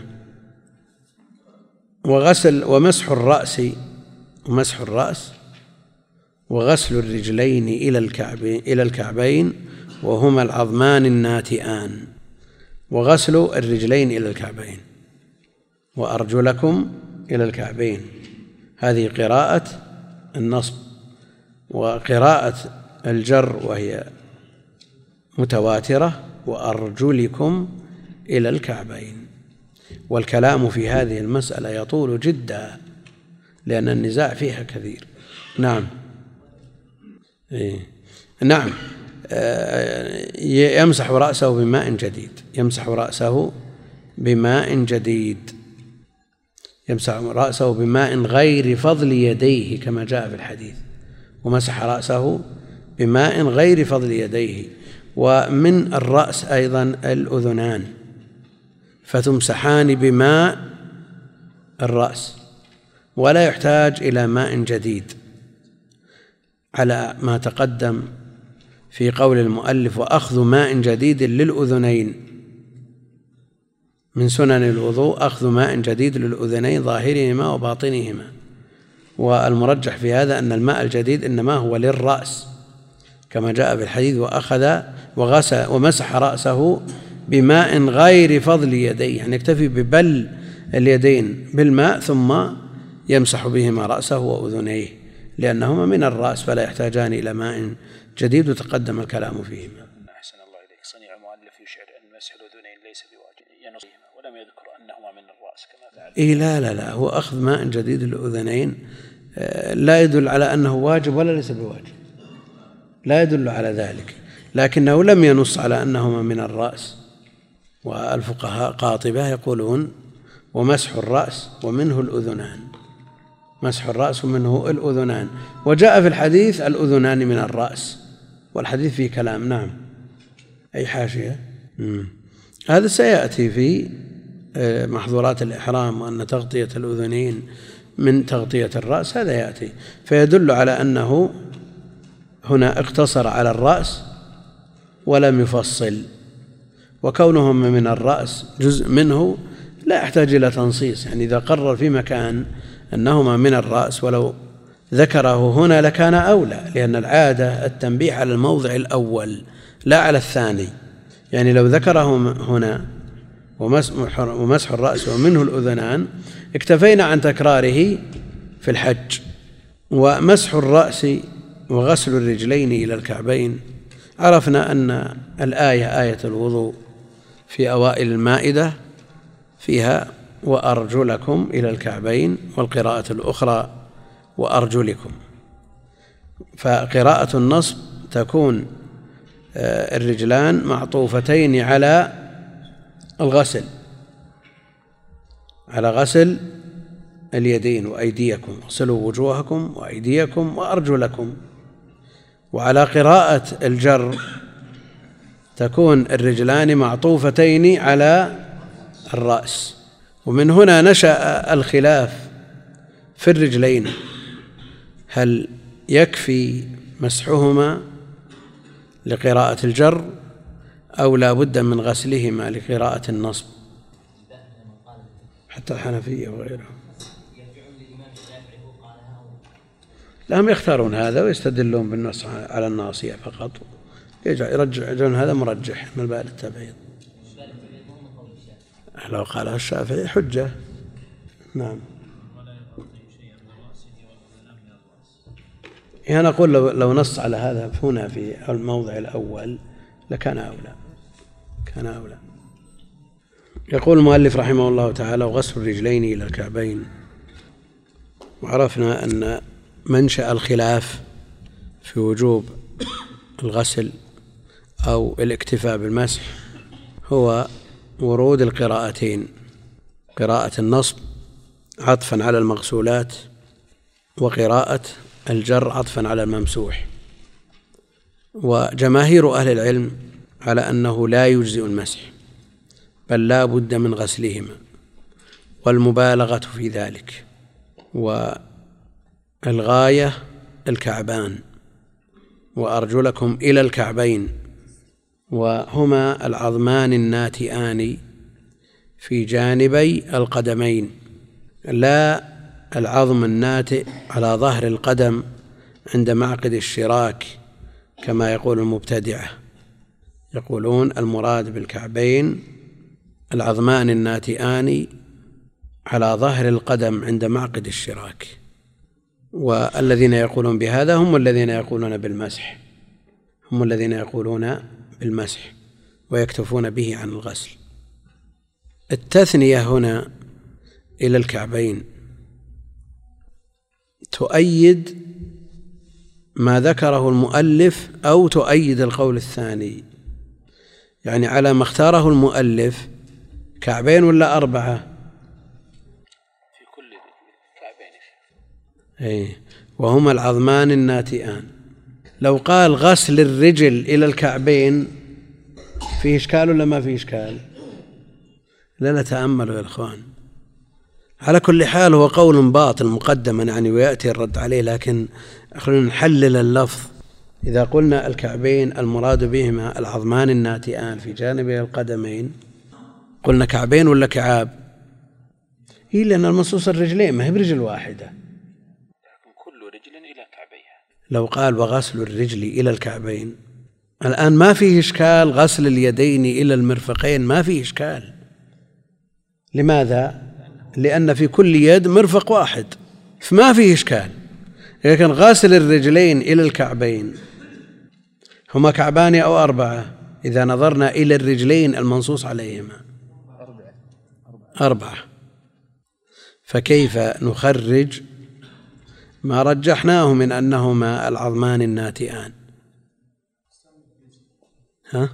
وغسل ومسح الرأس ومسح الرأس وغسل الرجلين إلى الكعبين إلى الكعبين وهما العظمان الناتئان، وغسل الرجلين إلى الكعبين وأرجلكم إلى الكعبين، هذه قراءة النصب. وقراءة الجر وهي متواترة وأرجلكم إلى الكعبين. والكلام في هذه المسألة يطول جدا لأن النزاع فيها كثير. نعم إيه. نعم يمسح رأسه بماء جديد يمسح رأسه بماء جديد يمسح رأسه بماء غير فضل يديه كما جاء في الحديث، ومسح رأسه بماء غير فضل يديه. ومن الرأس أيضا الأذنان، فتمسحان بماء الرأس ولا يحتاج إلى ماء جديد، على ما تقدم في قول المؤلف وأخذ ماء جديد للأذنين. من سنن الوضوء أخذ ماء جديد للأذنين ظاهرهما وباطنهما، والمرجح في هذا أن الماء الجديد إنما هو للرأس كما جاء في الحديث وأخذ وغسل ومسح رأسه بماء غير فضل يديه، يعني يكتفي ببل اليدين بالماء ثم يمسح بهما رأسه وأذنيه لأنهما من الرأس فلا يحتاجان إلى ماء جديد وتقدم الكلام فيهما. أحسن الله إليك. صنيع المؤلف يشعر أن مسح الأذنين ليس بواجب ينصهما ولم يذكر أنهما من الرأس كما فعل. إيه لا لا لا هو أخذ ماء جديد للأذنين لا يدل على أنه واجب ولا ليس بواجب، لا يدل على ذلك، لكنه لم ينص على أنهما من الرأس. والفقهاء قاطبة يقولون ومسح الرأس ومنه الأذنان، مسح الرأس ومنه الأذنان، وجاء في الحديث الأذنان من الرأس، والحديث فيه كلام. نعم أي حاشية مم. هذا سيأتي في محظورات الإحرام، وأن تغطية الأذنين من تغطية الرأس، هذا يأتي فيدل على أنه هنا اقتصر على الرأس ولم يفصل، وكونهم من الرأس جزء منه لا يحتاج إلى تنصيص، يعني إذا قرر في مكان أنهما من الرأس ولو ذكره هنا لكان أولى، لأن العادة التنبيه على الموضع الأول لا على الثاني، يعني لو ذكره هنا ومسح الرأس ومنه الأذنان اكتفينا عن تكراره في الحج. ومسح الرأس وغسل الرجلين إلى الكعبين عرفنا أن الآية آية الوضوء في أوائل المائدة فيها وأرجلكم إلى الكعبين، والقراءة الأخرى وأرجلكم. فقراءة النصب تكون الرجلان معطوفتين على الغسل، على غسل اليدين وأيديكم، اغسلوا وجوهكم وأيديكم وأرجلكم. وعلى قراءة الجر تكون الرجلان معطوفتين على الرأس. ومن هنا نشأ الخلاف في الرجلين، هل يكفي مسحهما لقراءة الجر أو لا بد من غسلهما لقراءة النصب؟ حتى الحنفية وغيرهم لهم يختارون هذا ويستدلون بالنص على الناصية فقط، يرجعون هذا مرجح من باب التبعيض. لو قالها الشافعي حجة. نعم. يعني نقول لو, لو نص على هذا هنا في الموضع الأول لكان أولى، كان أولى. يقول المؤلف رحمه الله تعالى: وغسل الرجلين إلى الكعبين. وعرفنا أن منشأ الخلاف في وجوب الغسل أو الاكتفاء بالمسح هو ورود القراءتين، قراءة النصب عطفا على المغسولات، وقراءة الجر عطفا على الممسوح. وجماهير أهل العلم على أنه لا يجزئ المسح، بل لا بد من غسلهما، والمبالغة في ذلك. والغاية الكعبان، وأرجلكم إلى الكعبين، وهما العظمان الناتئان في جانبي القدمين، لا العظم الناتئ على ظهر القدم عند معقد الشراك كما يقول المبتدعة. يقولون المراد بالكعبين العظمان الناتئان على ظهر القدم عند معقد الشراك. والذين يقولون بهذا هم الذين يقولون بالمسح، هم الذين يقولون بالمسح ويكتفون به عن الغسل. التثنية هنا إلى الكعبين تؤيد ما ذكره المؤلف أو تؤيد القول الثاني، يعني على ما اختاره المؤلف كعبين ولا أربعة؟ في كل كعبين. أي، وهما العظمان الناتئان. لو قال غسل الرجل إلى الكعبين فيه إشكال ولا ما فيه إشكال؟ لا لا، تأملوا يا إخوان. على كل حال هو قول باطل مقدما يعني، ويأتي الرد عليه، لكن خلونا نحلل اللفظ. إذا قلنا الكعبين المراد بهما العظمان الناتئان في جانبي القدمين، قلنا كعبين ولا كعاب؟ إيه، لأن المنصوص الرجلين، ما هي برجل واحدة. كل رجل إلى كعبيها. لو قال وغسل الرجل إلى الكعبين، الآن ما فيه إشكال غسل اليدين إلى المرفقين، ما فيه إشكال. لماذا؟ لأن في كل يد مرفق واحد، فما فيه إشكال. لكن غسل الرجلين إلى الكعبين، هما كعبان أو أربعة؟ إذا نظرنا إلى الرجلين المنصوص عليهما أربعة، فكيف نخرج ما رجحناه من أنهما العظمان الناتئان؟ ها؟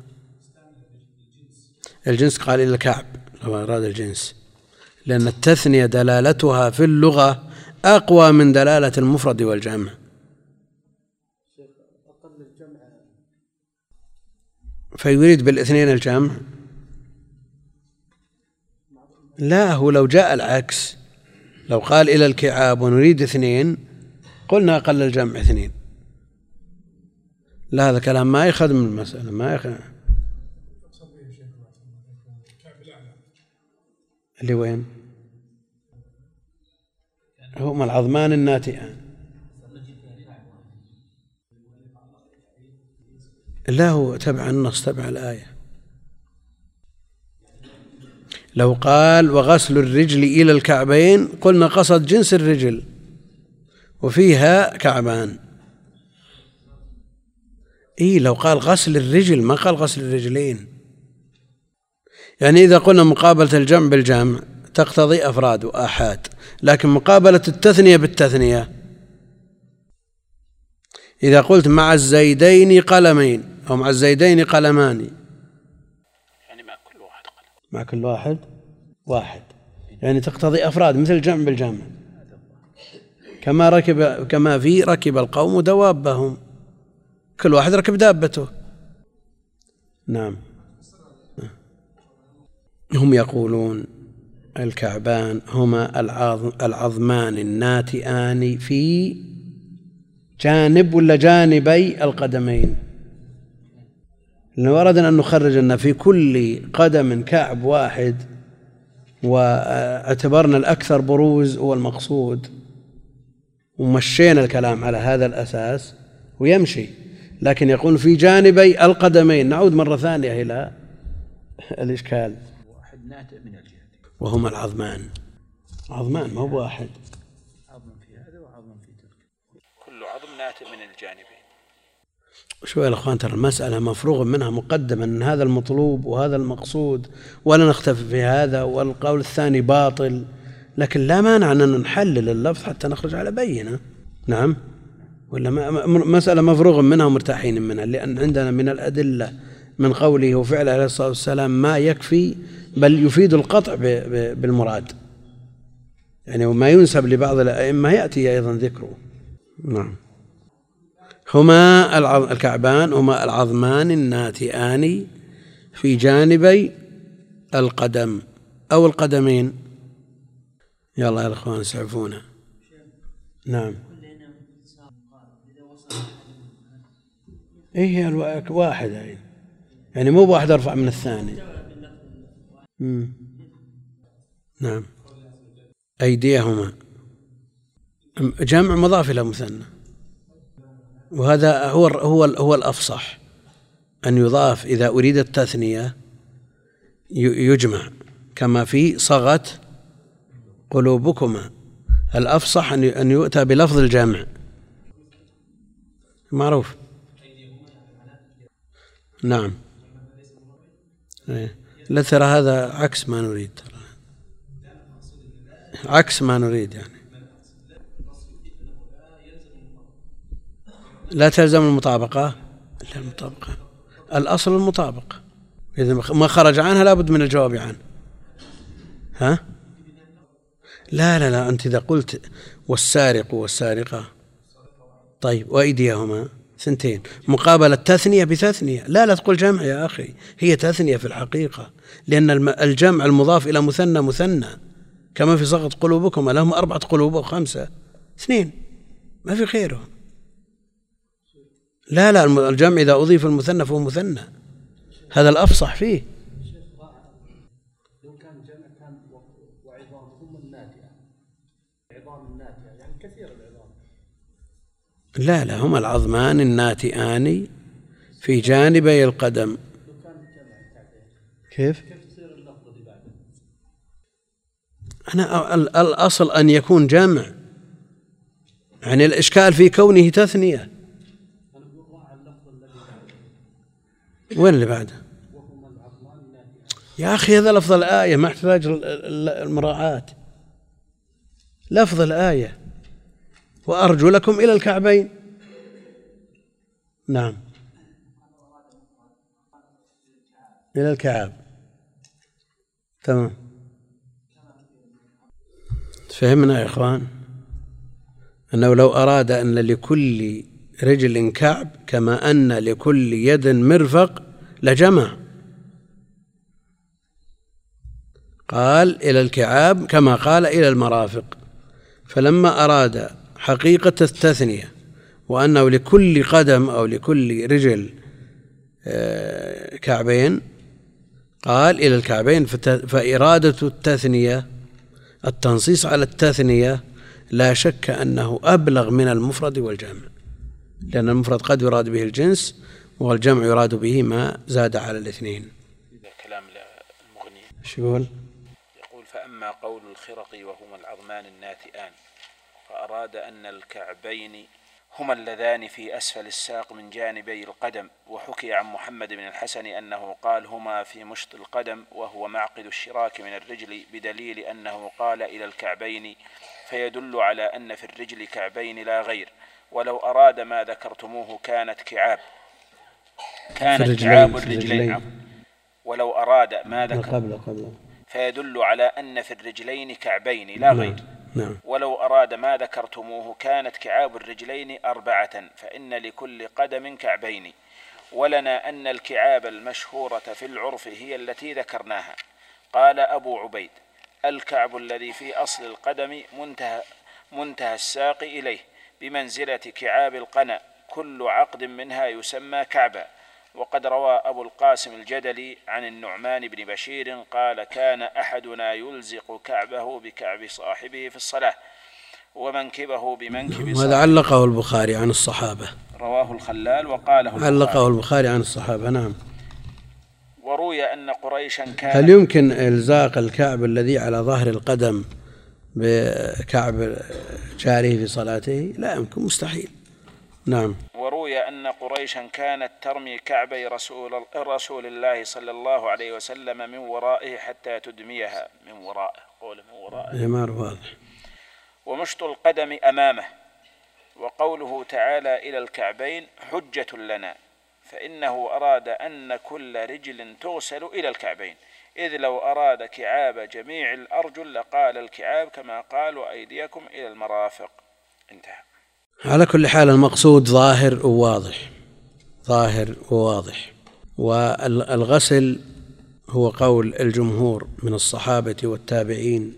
الجنس قال إلى الكعب لو أراد الجنس، لأن التثنية دلالتها في اللغة أقوى من دلالة المفرد والجمع. فيريد بالاثنين الجمع؟ لا، هو لو جاء العكس، لو قال إلى الكعاب ونريد اثنين قلنا أقل الجمع اثنين. لا، هذا كلام ما يخدم المسألة، ما يخدم. اللي وين؟ هما العظمان الناتئان. لا، هو تبع النص، تبع الآية. لو قال وغسل الرجل إلى الكعبين قلنا قصد جنس الرجل وفيها كعبان. إيه لو قال غسل الرجل ما قال غسل الرجلين. يعني إذا قلنا مقابلة الجمع بالجمع تقتضي أفراد وآحاد، لكن مقابلة التثنية بالتثنية إذا قلت مع الزيدين قلمين أو مع الزيدين قلمان، يعني مع كل واحد قلم، مع كل واحد واحد، يعني تقتضي أفراد مثل الجمع بالجمع. كما ركب كما في ركب القوم دوابهم، كل واحد ركب دابته. نعم. هم يقولون الكعبان هما العظمان الناتئان في جانب ولا جانبي القدمين، لأنه أردنا أن نخرج أن في كل قدم كعب واحد، واعتبرنا الأكثر بروز هو المقصود ومشينا الكلام على هذا الأساس ويمشي. لكن يقول في جانبي القدمين، نعود مرة ثانية إلى الإشكال. واحد ناتئ من الجهة وهما العظمان، عظمان ما هو واحد، عظم في هذا وعظم في تلك، كل عظم ناتئ من الجانبين. شوية يا أخوان، ترى المسألة مفروغ منها مقدما أن هذا المطلوب وهذا المقصود، ولا نختفي في هذا، والقول الثاني باطل، لكن لا مانع أن نحلل اللفظ حتى نخرج على بينة. نعم، ولا مسألة مفروغ منها ومرتاحين منها، لأن عندنا من الأدلة من قوله وفعله عليه الصلاة والسلام ما يكفي بل يفيد القطع بالمراد، يعني وما ينسب لبعض الأئمة يأتي أيضا ذكره. نعم. هما الكعبان هما العظمان الناتئان في جانبي القدم أو القدمين. يلا يا أخوان اسعفونا. نعم. إيه هي واحدة، يعني مو بواحد أرفع من الثاني. مم. نعم. أيديهما جمع مضاف إلى مثنى، وهذا هو هو هو الأفصح أن يضاف إذا أريد التثنية يجمع، كما في صغت قلوبكما، الأفصح أن يؤتى بلفظ الجمع معروف. نعم. لا ترى هذا عكس ما نريد، ترى عكس ما نريد، يعني لا تلزم المطابقة، لا المطابقة الأصل المطابقة، إذا ما خرج عنها لابد من الجواب عنه. ها؟ لا لا لا، أنت إذا قلت والسارق والسارقة، طيب وأيديهما ثنتين، مقابلة تثنية بتثنية، لا لا تقول جمع يا أخي، هي تثنية في الحقيقة، لأن الجمع المضاف إلى مثنى مثنى، كما في صغت قلوبكم لهم أربعة قلوب أو خمسة، اثنين ما في خيره. لا لا، الجمع إذا أضيف المثنى فهو مثنى، هذا الأفصح فيه. لو كان جمع كان وعظامهم الناتئة، عظام الناتئة يعني كثير العظام. لا لا، هما العظمان الناتئان في جانبي القدم. كيف؟ كيف تصير اللفظة دي بعد؟ أنا الأصل أن يكون جمع، يعني الإشكال في كونه تثنية. وين اللي بعده؟ يا أخي هذا لفظ الآية، ما احتاج المراعاة، لفظ الآية وأرجلكم إلى الكعبين. نعم، إلى الكعب. تمام، فهمنا يا إخوان أنه لو أراد أن لكل رجل كعب كما أن لكل يد مرفق لجمع، قال إلى الكعاب كما قال إلى المرافق، فلما أراد حقيقة التثنية وأنه لكل قدم أو لكل رجل كعبين قال إلى الكعبين، فإرادة التثنية التنصيص على التثنية لا شك أنه أبلغ من المفرد والجمع، لأن المفرد قد يراد به الجنس والجمع يراد به ما زاد على الاثنين. كلام المغني شو يقول؟ أما قول الخرقي وهما العظمان الناتئان فأراد أن الكعبين هما اللذان في أسفل الساق من جانبي القدم. وحكي عن محمد بن الحسن أنه قال هما في مشط القدم وهو معقد الشراك من الرجل، بدليل أنه قال إلى الكعبين، فيدل على أن في الرجل كعبين لا غير. ولو أراد ما ذكرتموه كانت كعاب كانت كعاب الرجلين. ولو أراد ما ذكر فيدل على أن في الرجلين كعبين لا غير. نعم. ولو أراد ما ذكرتموه كانت كعاب الرجلين أربعة، فإن لكل قدم كعبين. ولنا أن الكعاب المشهورة في العرف هي التي ذكرناها. قال أبو عبيد: الكعب الذي في أصل القدم منتهى, منتهى الساق إليه بمنزلة كعاب القنا، كل عقد منها يسمى كعبا. وقد روى أبو القاسم الجدلي عن النعمان بن بشير قال: كان أحدنا يلزق كعبه بكعب صاحبه في الصلاة ومنكبه بمنكب صاحبه. هذا علقه البخاري عن الصحابة، رواه الخلال وقاله البخاري. علقه البخاري عن الصحابة. نعم. وروي أن قريشا كان هل يمكن إلزاق الكعب الذي على ظهر القدم بكعب جاره في صلاته؟ لا يمكن، مستحيل. نعم. وروي أن قريشا كانت ترمي كعبي رسول, رسول الله صلى الله عليه وسلم من ورائه حتى تدميها. من ورائه، قول من ورائه ما واضح. ومشط القدم أمامه. وقوله تعالى إلى الكعبين حجة لنا، فإنه أراد أن كل رجل تغسل إلى الكعبين، إذ لو أراد كعاب جميع الأرجل لقال الكعاب كما قال وأيديكم إلى المرافق. انتهى. على كل حال المقصود ظاهر وواضح، ظاهر وواضح. والغسل هو قول الجمهور من الصحابة والتابعين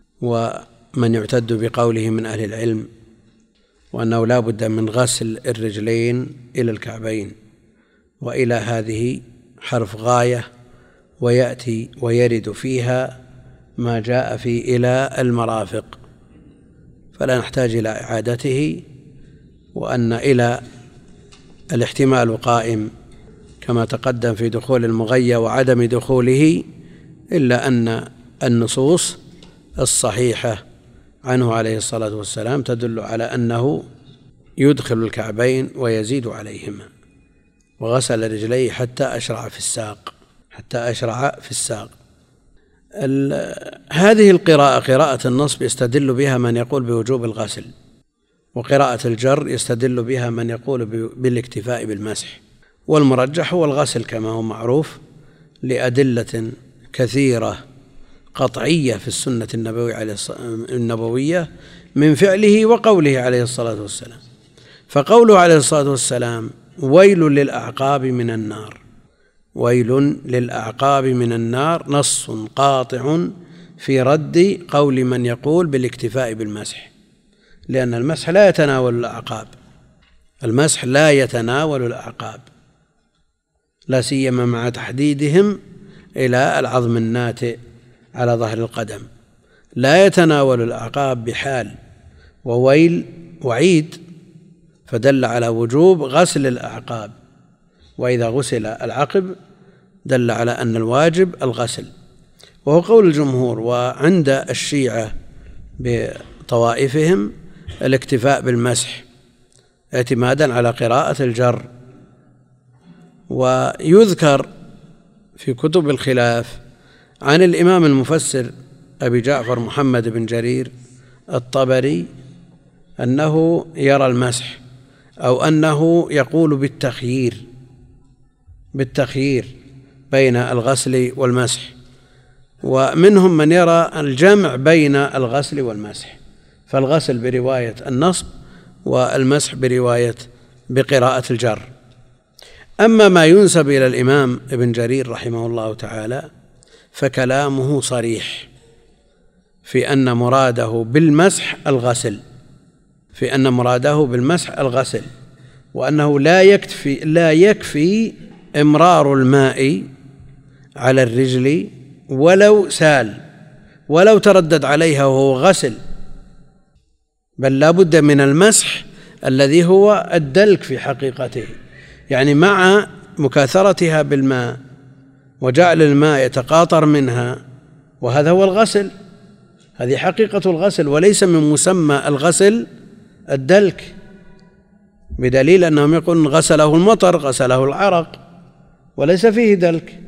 ومن يعتد بقوله من أهل العلم، وأنه لا بد من غسل الرجلين إلى الكعبين. وإلى هذه حرف غاية، ويأتي ويرد فيها ما جاء في إلى المرافق، فلا نحتاج إلى إعادته. وأن إلى الاحتمال قائم كما تقدم في دخول المغيّ وعدم دخوله، إلا أن النصوص الصحيحة عنه عليه الصلاة والسلام تدل على أنه يدخل الكعبين ويزيد عليهما، وغسل رجليه حتى أشرع في الساق حتى أشرع في الساق. هذه القراءة قراءة النصب يستدل بها من يقول بوجوب الغسل، وقراءة الجر يستدل بها من يقول بالاكتفاء بالمسح. والمرجح هو الغسل كما هو معروف، لأدلة كثيرة قطعية في السنة النبوية من فعله وقوله عليه الصلاة والسلام. فقوله عليه الصلاة والسلام ويل للأعقاب من النار، ويل للأعقاب من النار، نص قاطع في رد قول من يقول بالاكتفاء بالمسح، لأن المسح لا يتناول الأعقاب، المسح لا يتناول الأعقاب، لا سيما مع تحديدهم إلى العظم الناتئ على ظهر القدم، لا يتناول الأعقاب بحال. وويل وعيد، فدل على وجوب غسل الأعقاب، وإذا غسل العقب دل على أن الواجب الغسل، وهو قول الجمهور. وعند الشيعة بطوائفهم الاكتفاء بالمسح اعتمادا على قراءة الجر. ويذكر في كتب الخلاف عن الإمام المفسر أبي جعفر محمد بن جرير الطبري أنه يرى المسح، أو أنه يقول بالتخيير بالتخيير بين الغسل والمسح، ومنهم من يرى الجمع بين الغسل والمسح، فالغسل برواية النصب والمسح برواية بقراءة الجر. أما ما ينسب إلى الإمام ابن جرير رحمه الله تعالى فكلامه صريح في أن مراده بالمسح الغسل في أن مراده بالمسح الغسل وأنه لا يكفي لا يكفي إمرار الماء على الرجل ولو سال ولو تردد عليها وهو غسل، بل لا بد من المسح الذي هو الدلك في حقيقته، يعني مع مكاثرتها بالماء وجعل الماء يتقاطر منها، وهذا هو الغسل. هذه حقيقة الغسل، وليس من مسمى الغسل الدلك، بدليل أنهم يقولون غسله المطر، غسله العرق، وليس فيه دلك.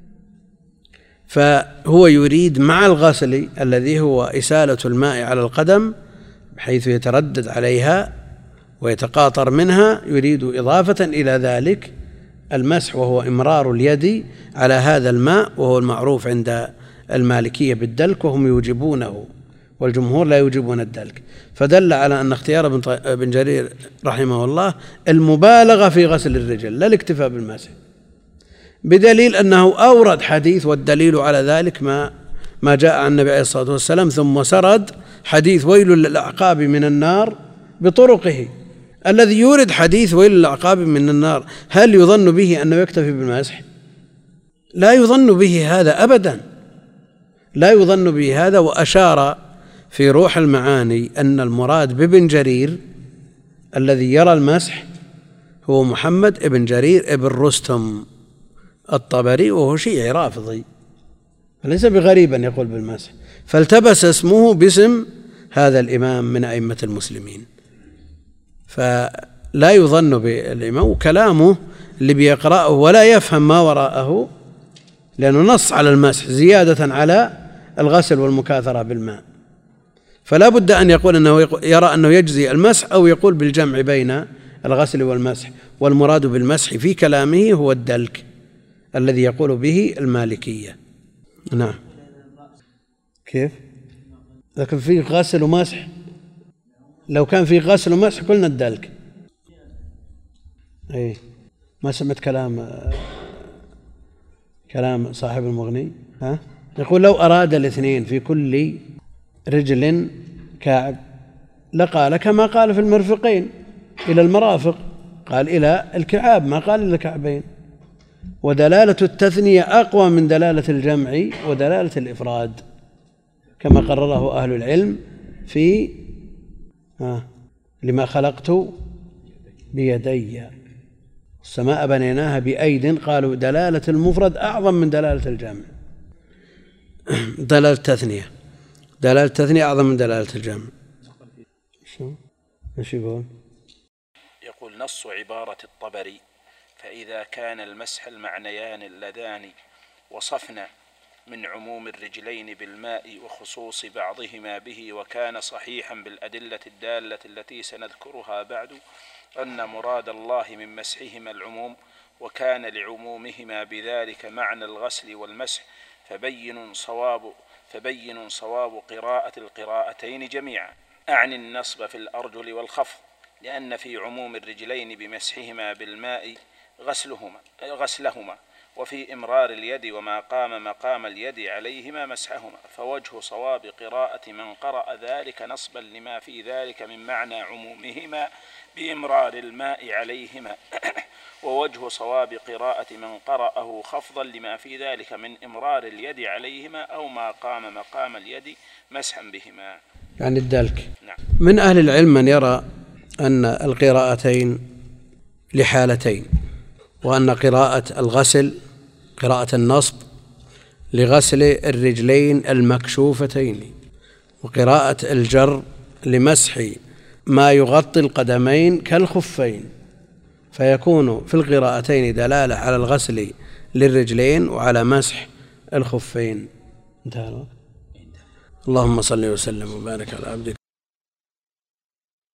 فهو يريد مع الغسل الذي هو إسالة الماء على القدم بحيث يتردد عليها ويتقاطر منها، يريد إضافة إلى ذلك المسح، وهو إمرار اليد على هذا الماء، وهو المعروف عند المالكية بالدلك، وهم يوجبونه والجمهور لا يوجبون الدلك. فدل على أن اختيار ابن جرير رحمه الله المبالغة في غسل الرجل لا الاكتفاء بالمسح، بدليل أنه أورد حديث، والدليل على ذلك ما ما جاء عن النبي عليه الصلاة والسلام، ثم سرد حديث ويل للأعقاب من النار بطرقه. الذي يورد حديث ويل للأعقاب من النار هل يظن به أنه يكتفي بالمسح؟ لا يظن به هذا أبدا، لا يظن به هذا. وأشار في روح المعاني أن المراد بابن جرير الذي يرى المسح هو محمد ابن جرير ابن رستم الطبري، وهو شيعي رافضي، فليس بغريب أن يقول بالمسح، فالتبس اسمه باسم هذا الإمام من أئمة المسلمين. فلا يظن بالإمام، وكلامه اللي بيقرأه ولا يفهم ما وراءه، لأنه نص على المسح زيادة على الغسل والمكاثرة بالماء، فلا بد أن يقول أنه يرى أنه يجزي المسح، أو يقول بالجمع بين الغسل والمسح، والمراد بالمسح في كلامه هو الدلك الذي يقول به المالكية. نعم. كيف؟ لكن في غسل ومسح، لو كان في غسل ومسح قلنا الدلك. أي ما سمعت كلام كلام صاحب المغني؟ ها؟ يقول لو أراد الاثنين في كل رجل كعب لقال كما قال في المرفقين إلى المرافق، قال إلى الكعاب، ما قال إلى الكعبين. ودلالة التثنية أقوى من دلالة الجمع ودلالة الإفراد، كما قرره أهل العلم في آه لما خلقت بيدي السماء بنيناها بأيد، قالوا دلالة المفرد أعظم من دلالة الجمع. دلالة التثنية دلالة التثنية أعظم من دلالة الجمع. ايش يقول؟ يقول نص عبارة الطبري: فإذا كان المسح المعنيان اللذان وصفنا من عموم الرجلين بالماء وخصوص بعضهما به، وكان صحيحا بالأدلة الدالة التي سنذكرها بعد أن مراد الله من مسحهما العموم، وكان لعمومهما بذلك معنى الغسل والمسح، فبين صواب فبين صواب قراءة القراءتين جميعا، أعني النصب في الأرجل والخفض، لأن في عموم الرجلين بمسحهما بالماء غسلهما غسلهما وفي إمرار اليد وما قام مقام اليد عليهما مسحهما، فوجه صواب قراءة من قرأ ذلك نصبا لما في ذلك من معنى عمومهما بإمرار الماء عليهما ووجه صواب قراءة من قرأه خفضا لما في ذلك من إمرار اليد عليهما أو ما قام مقام اليد مسحا بهما، يعني الدلك. نعم. من أهل العلم من يرى أن القراءتين لحالتين، وأن قراءة الغسل قراءة النصب لغسل الرجلين المكشوفتين، وقراءة الجر لمسح ما يغطي القدمين كالخفين، فيكون في القراءتين دلالة على الغسل للرجلين وعلى مسح الخفين. انتهى. اللهم صل وسلم وبارك على عبدك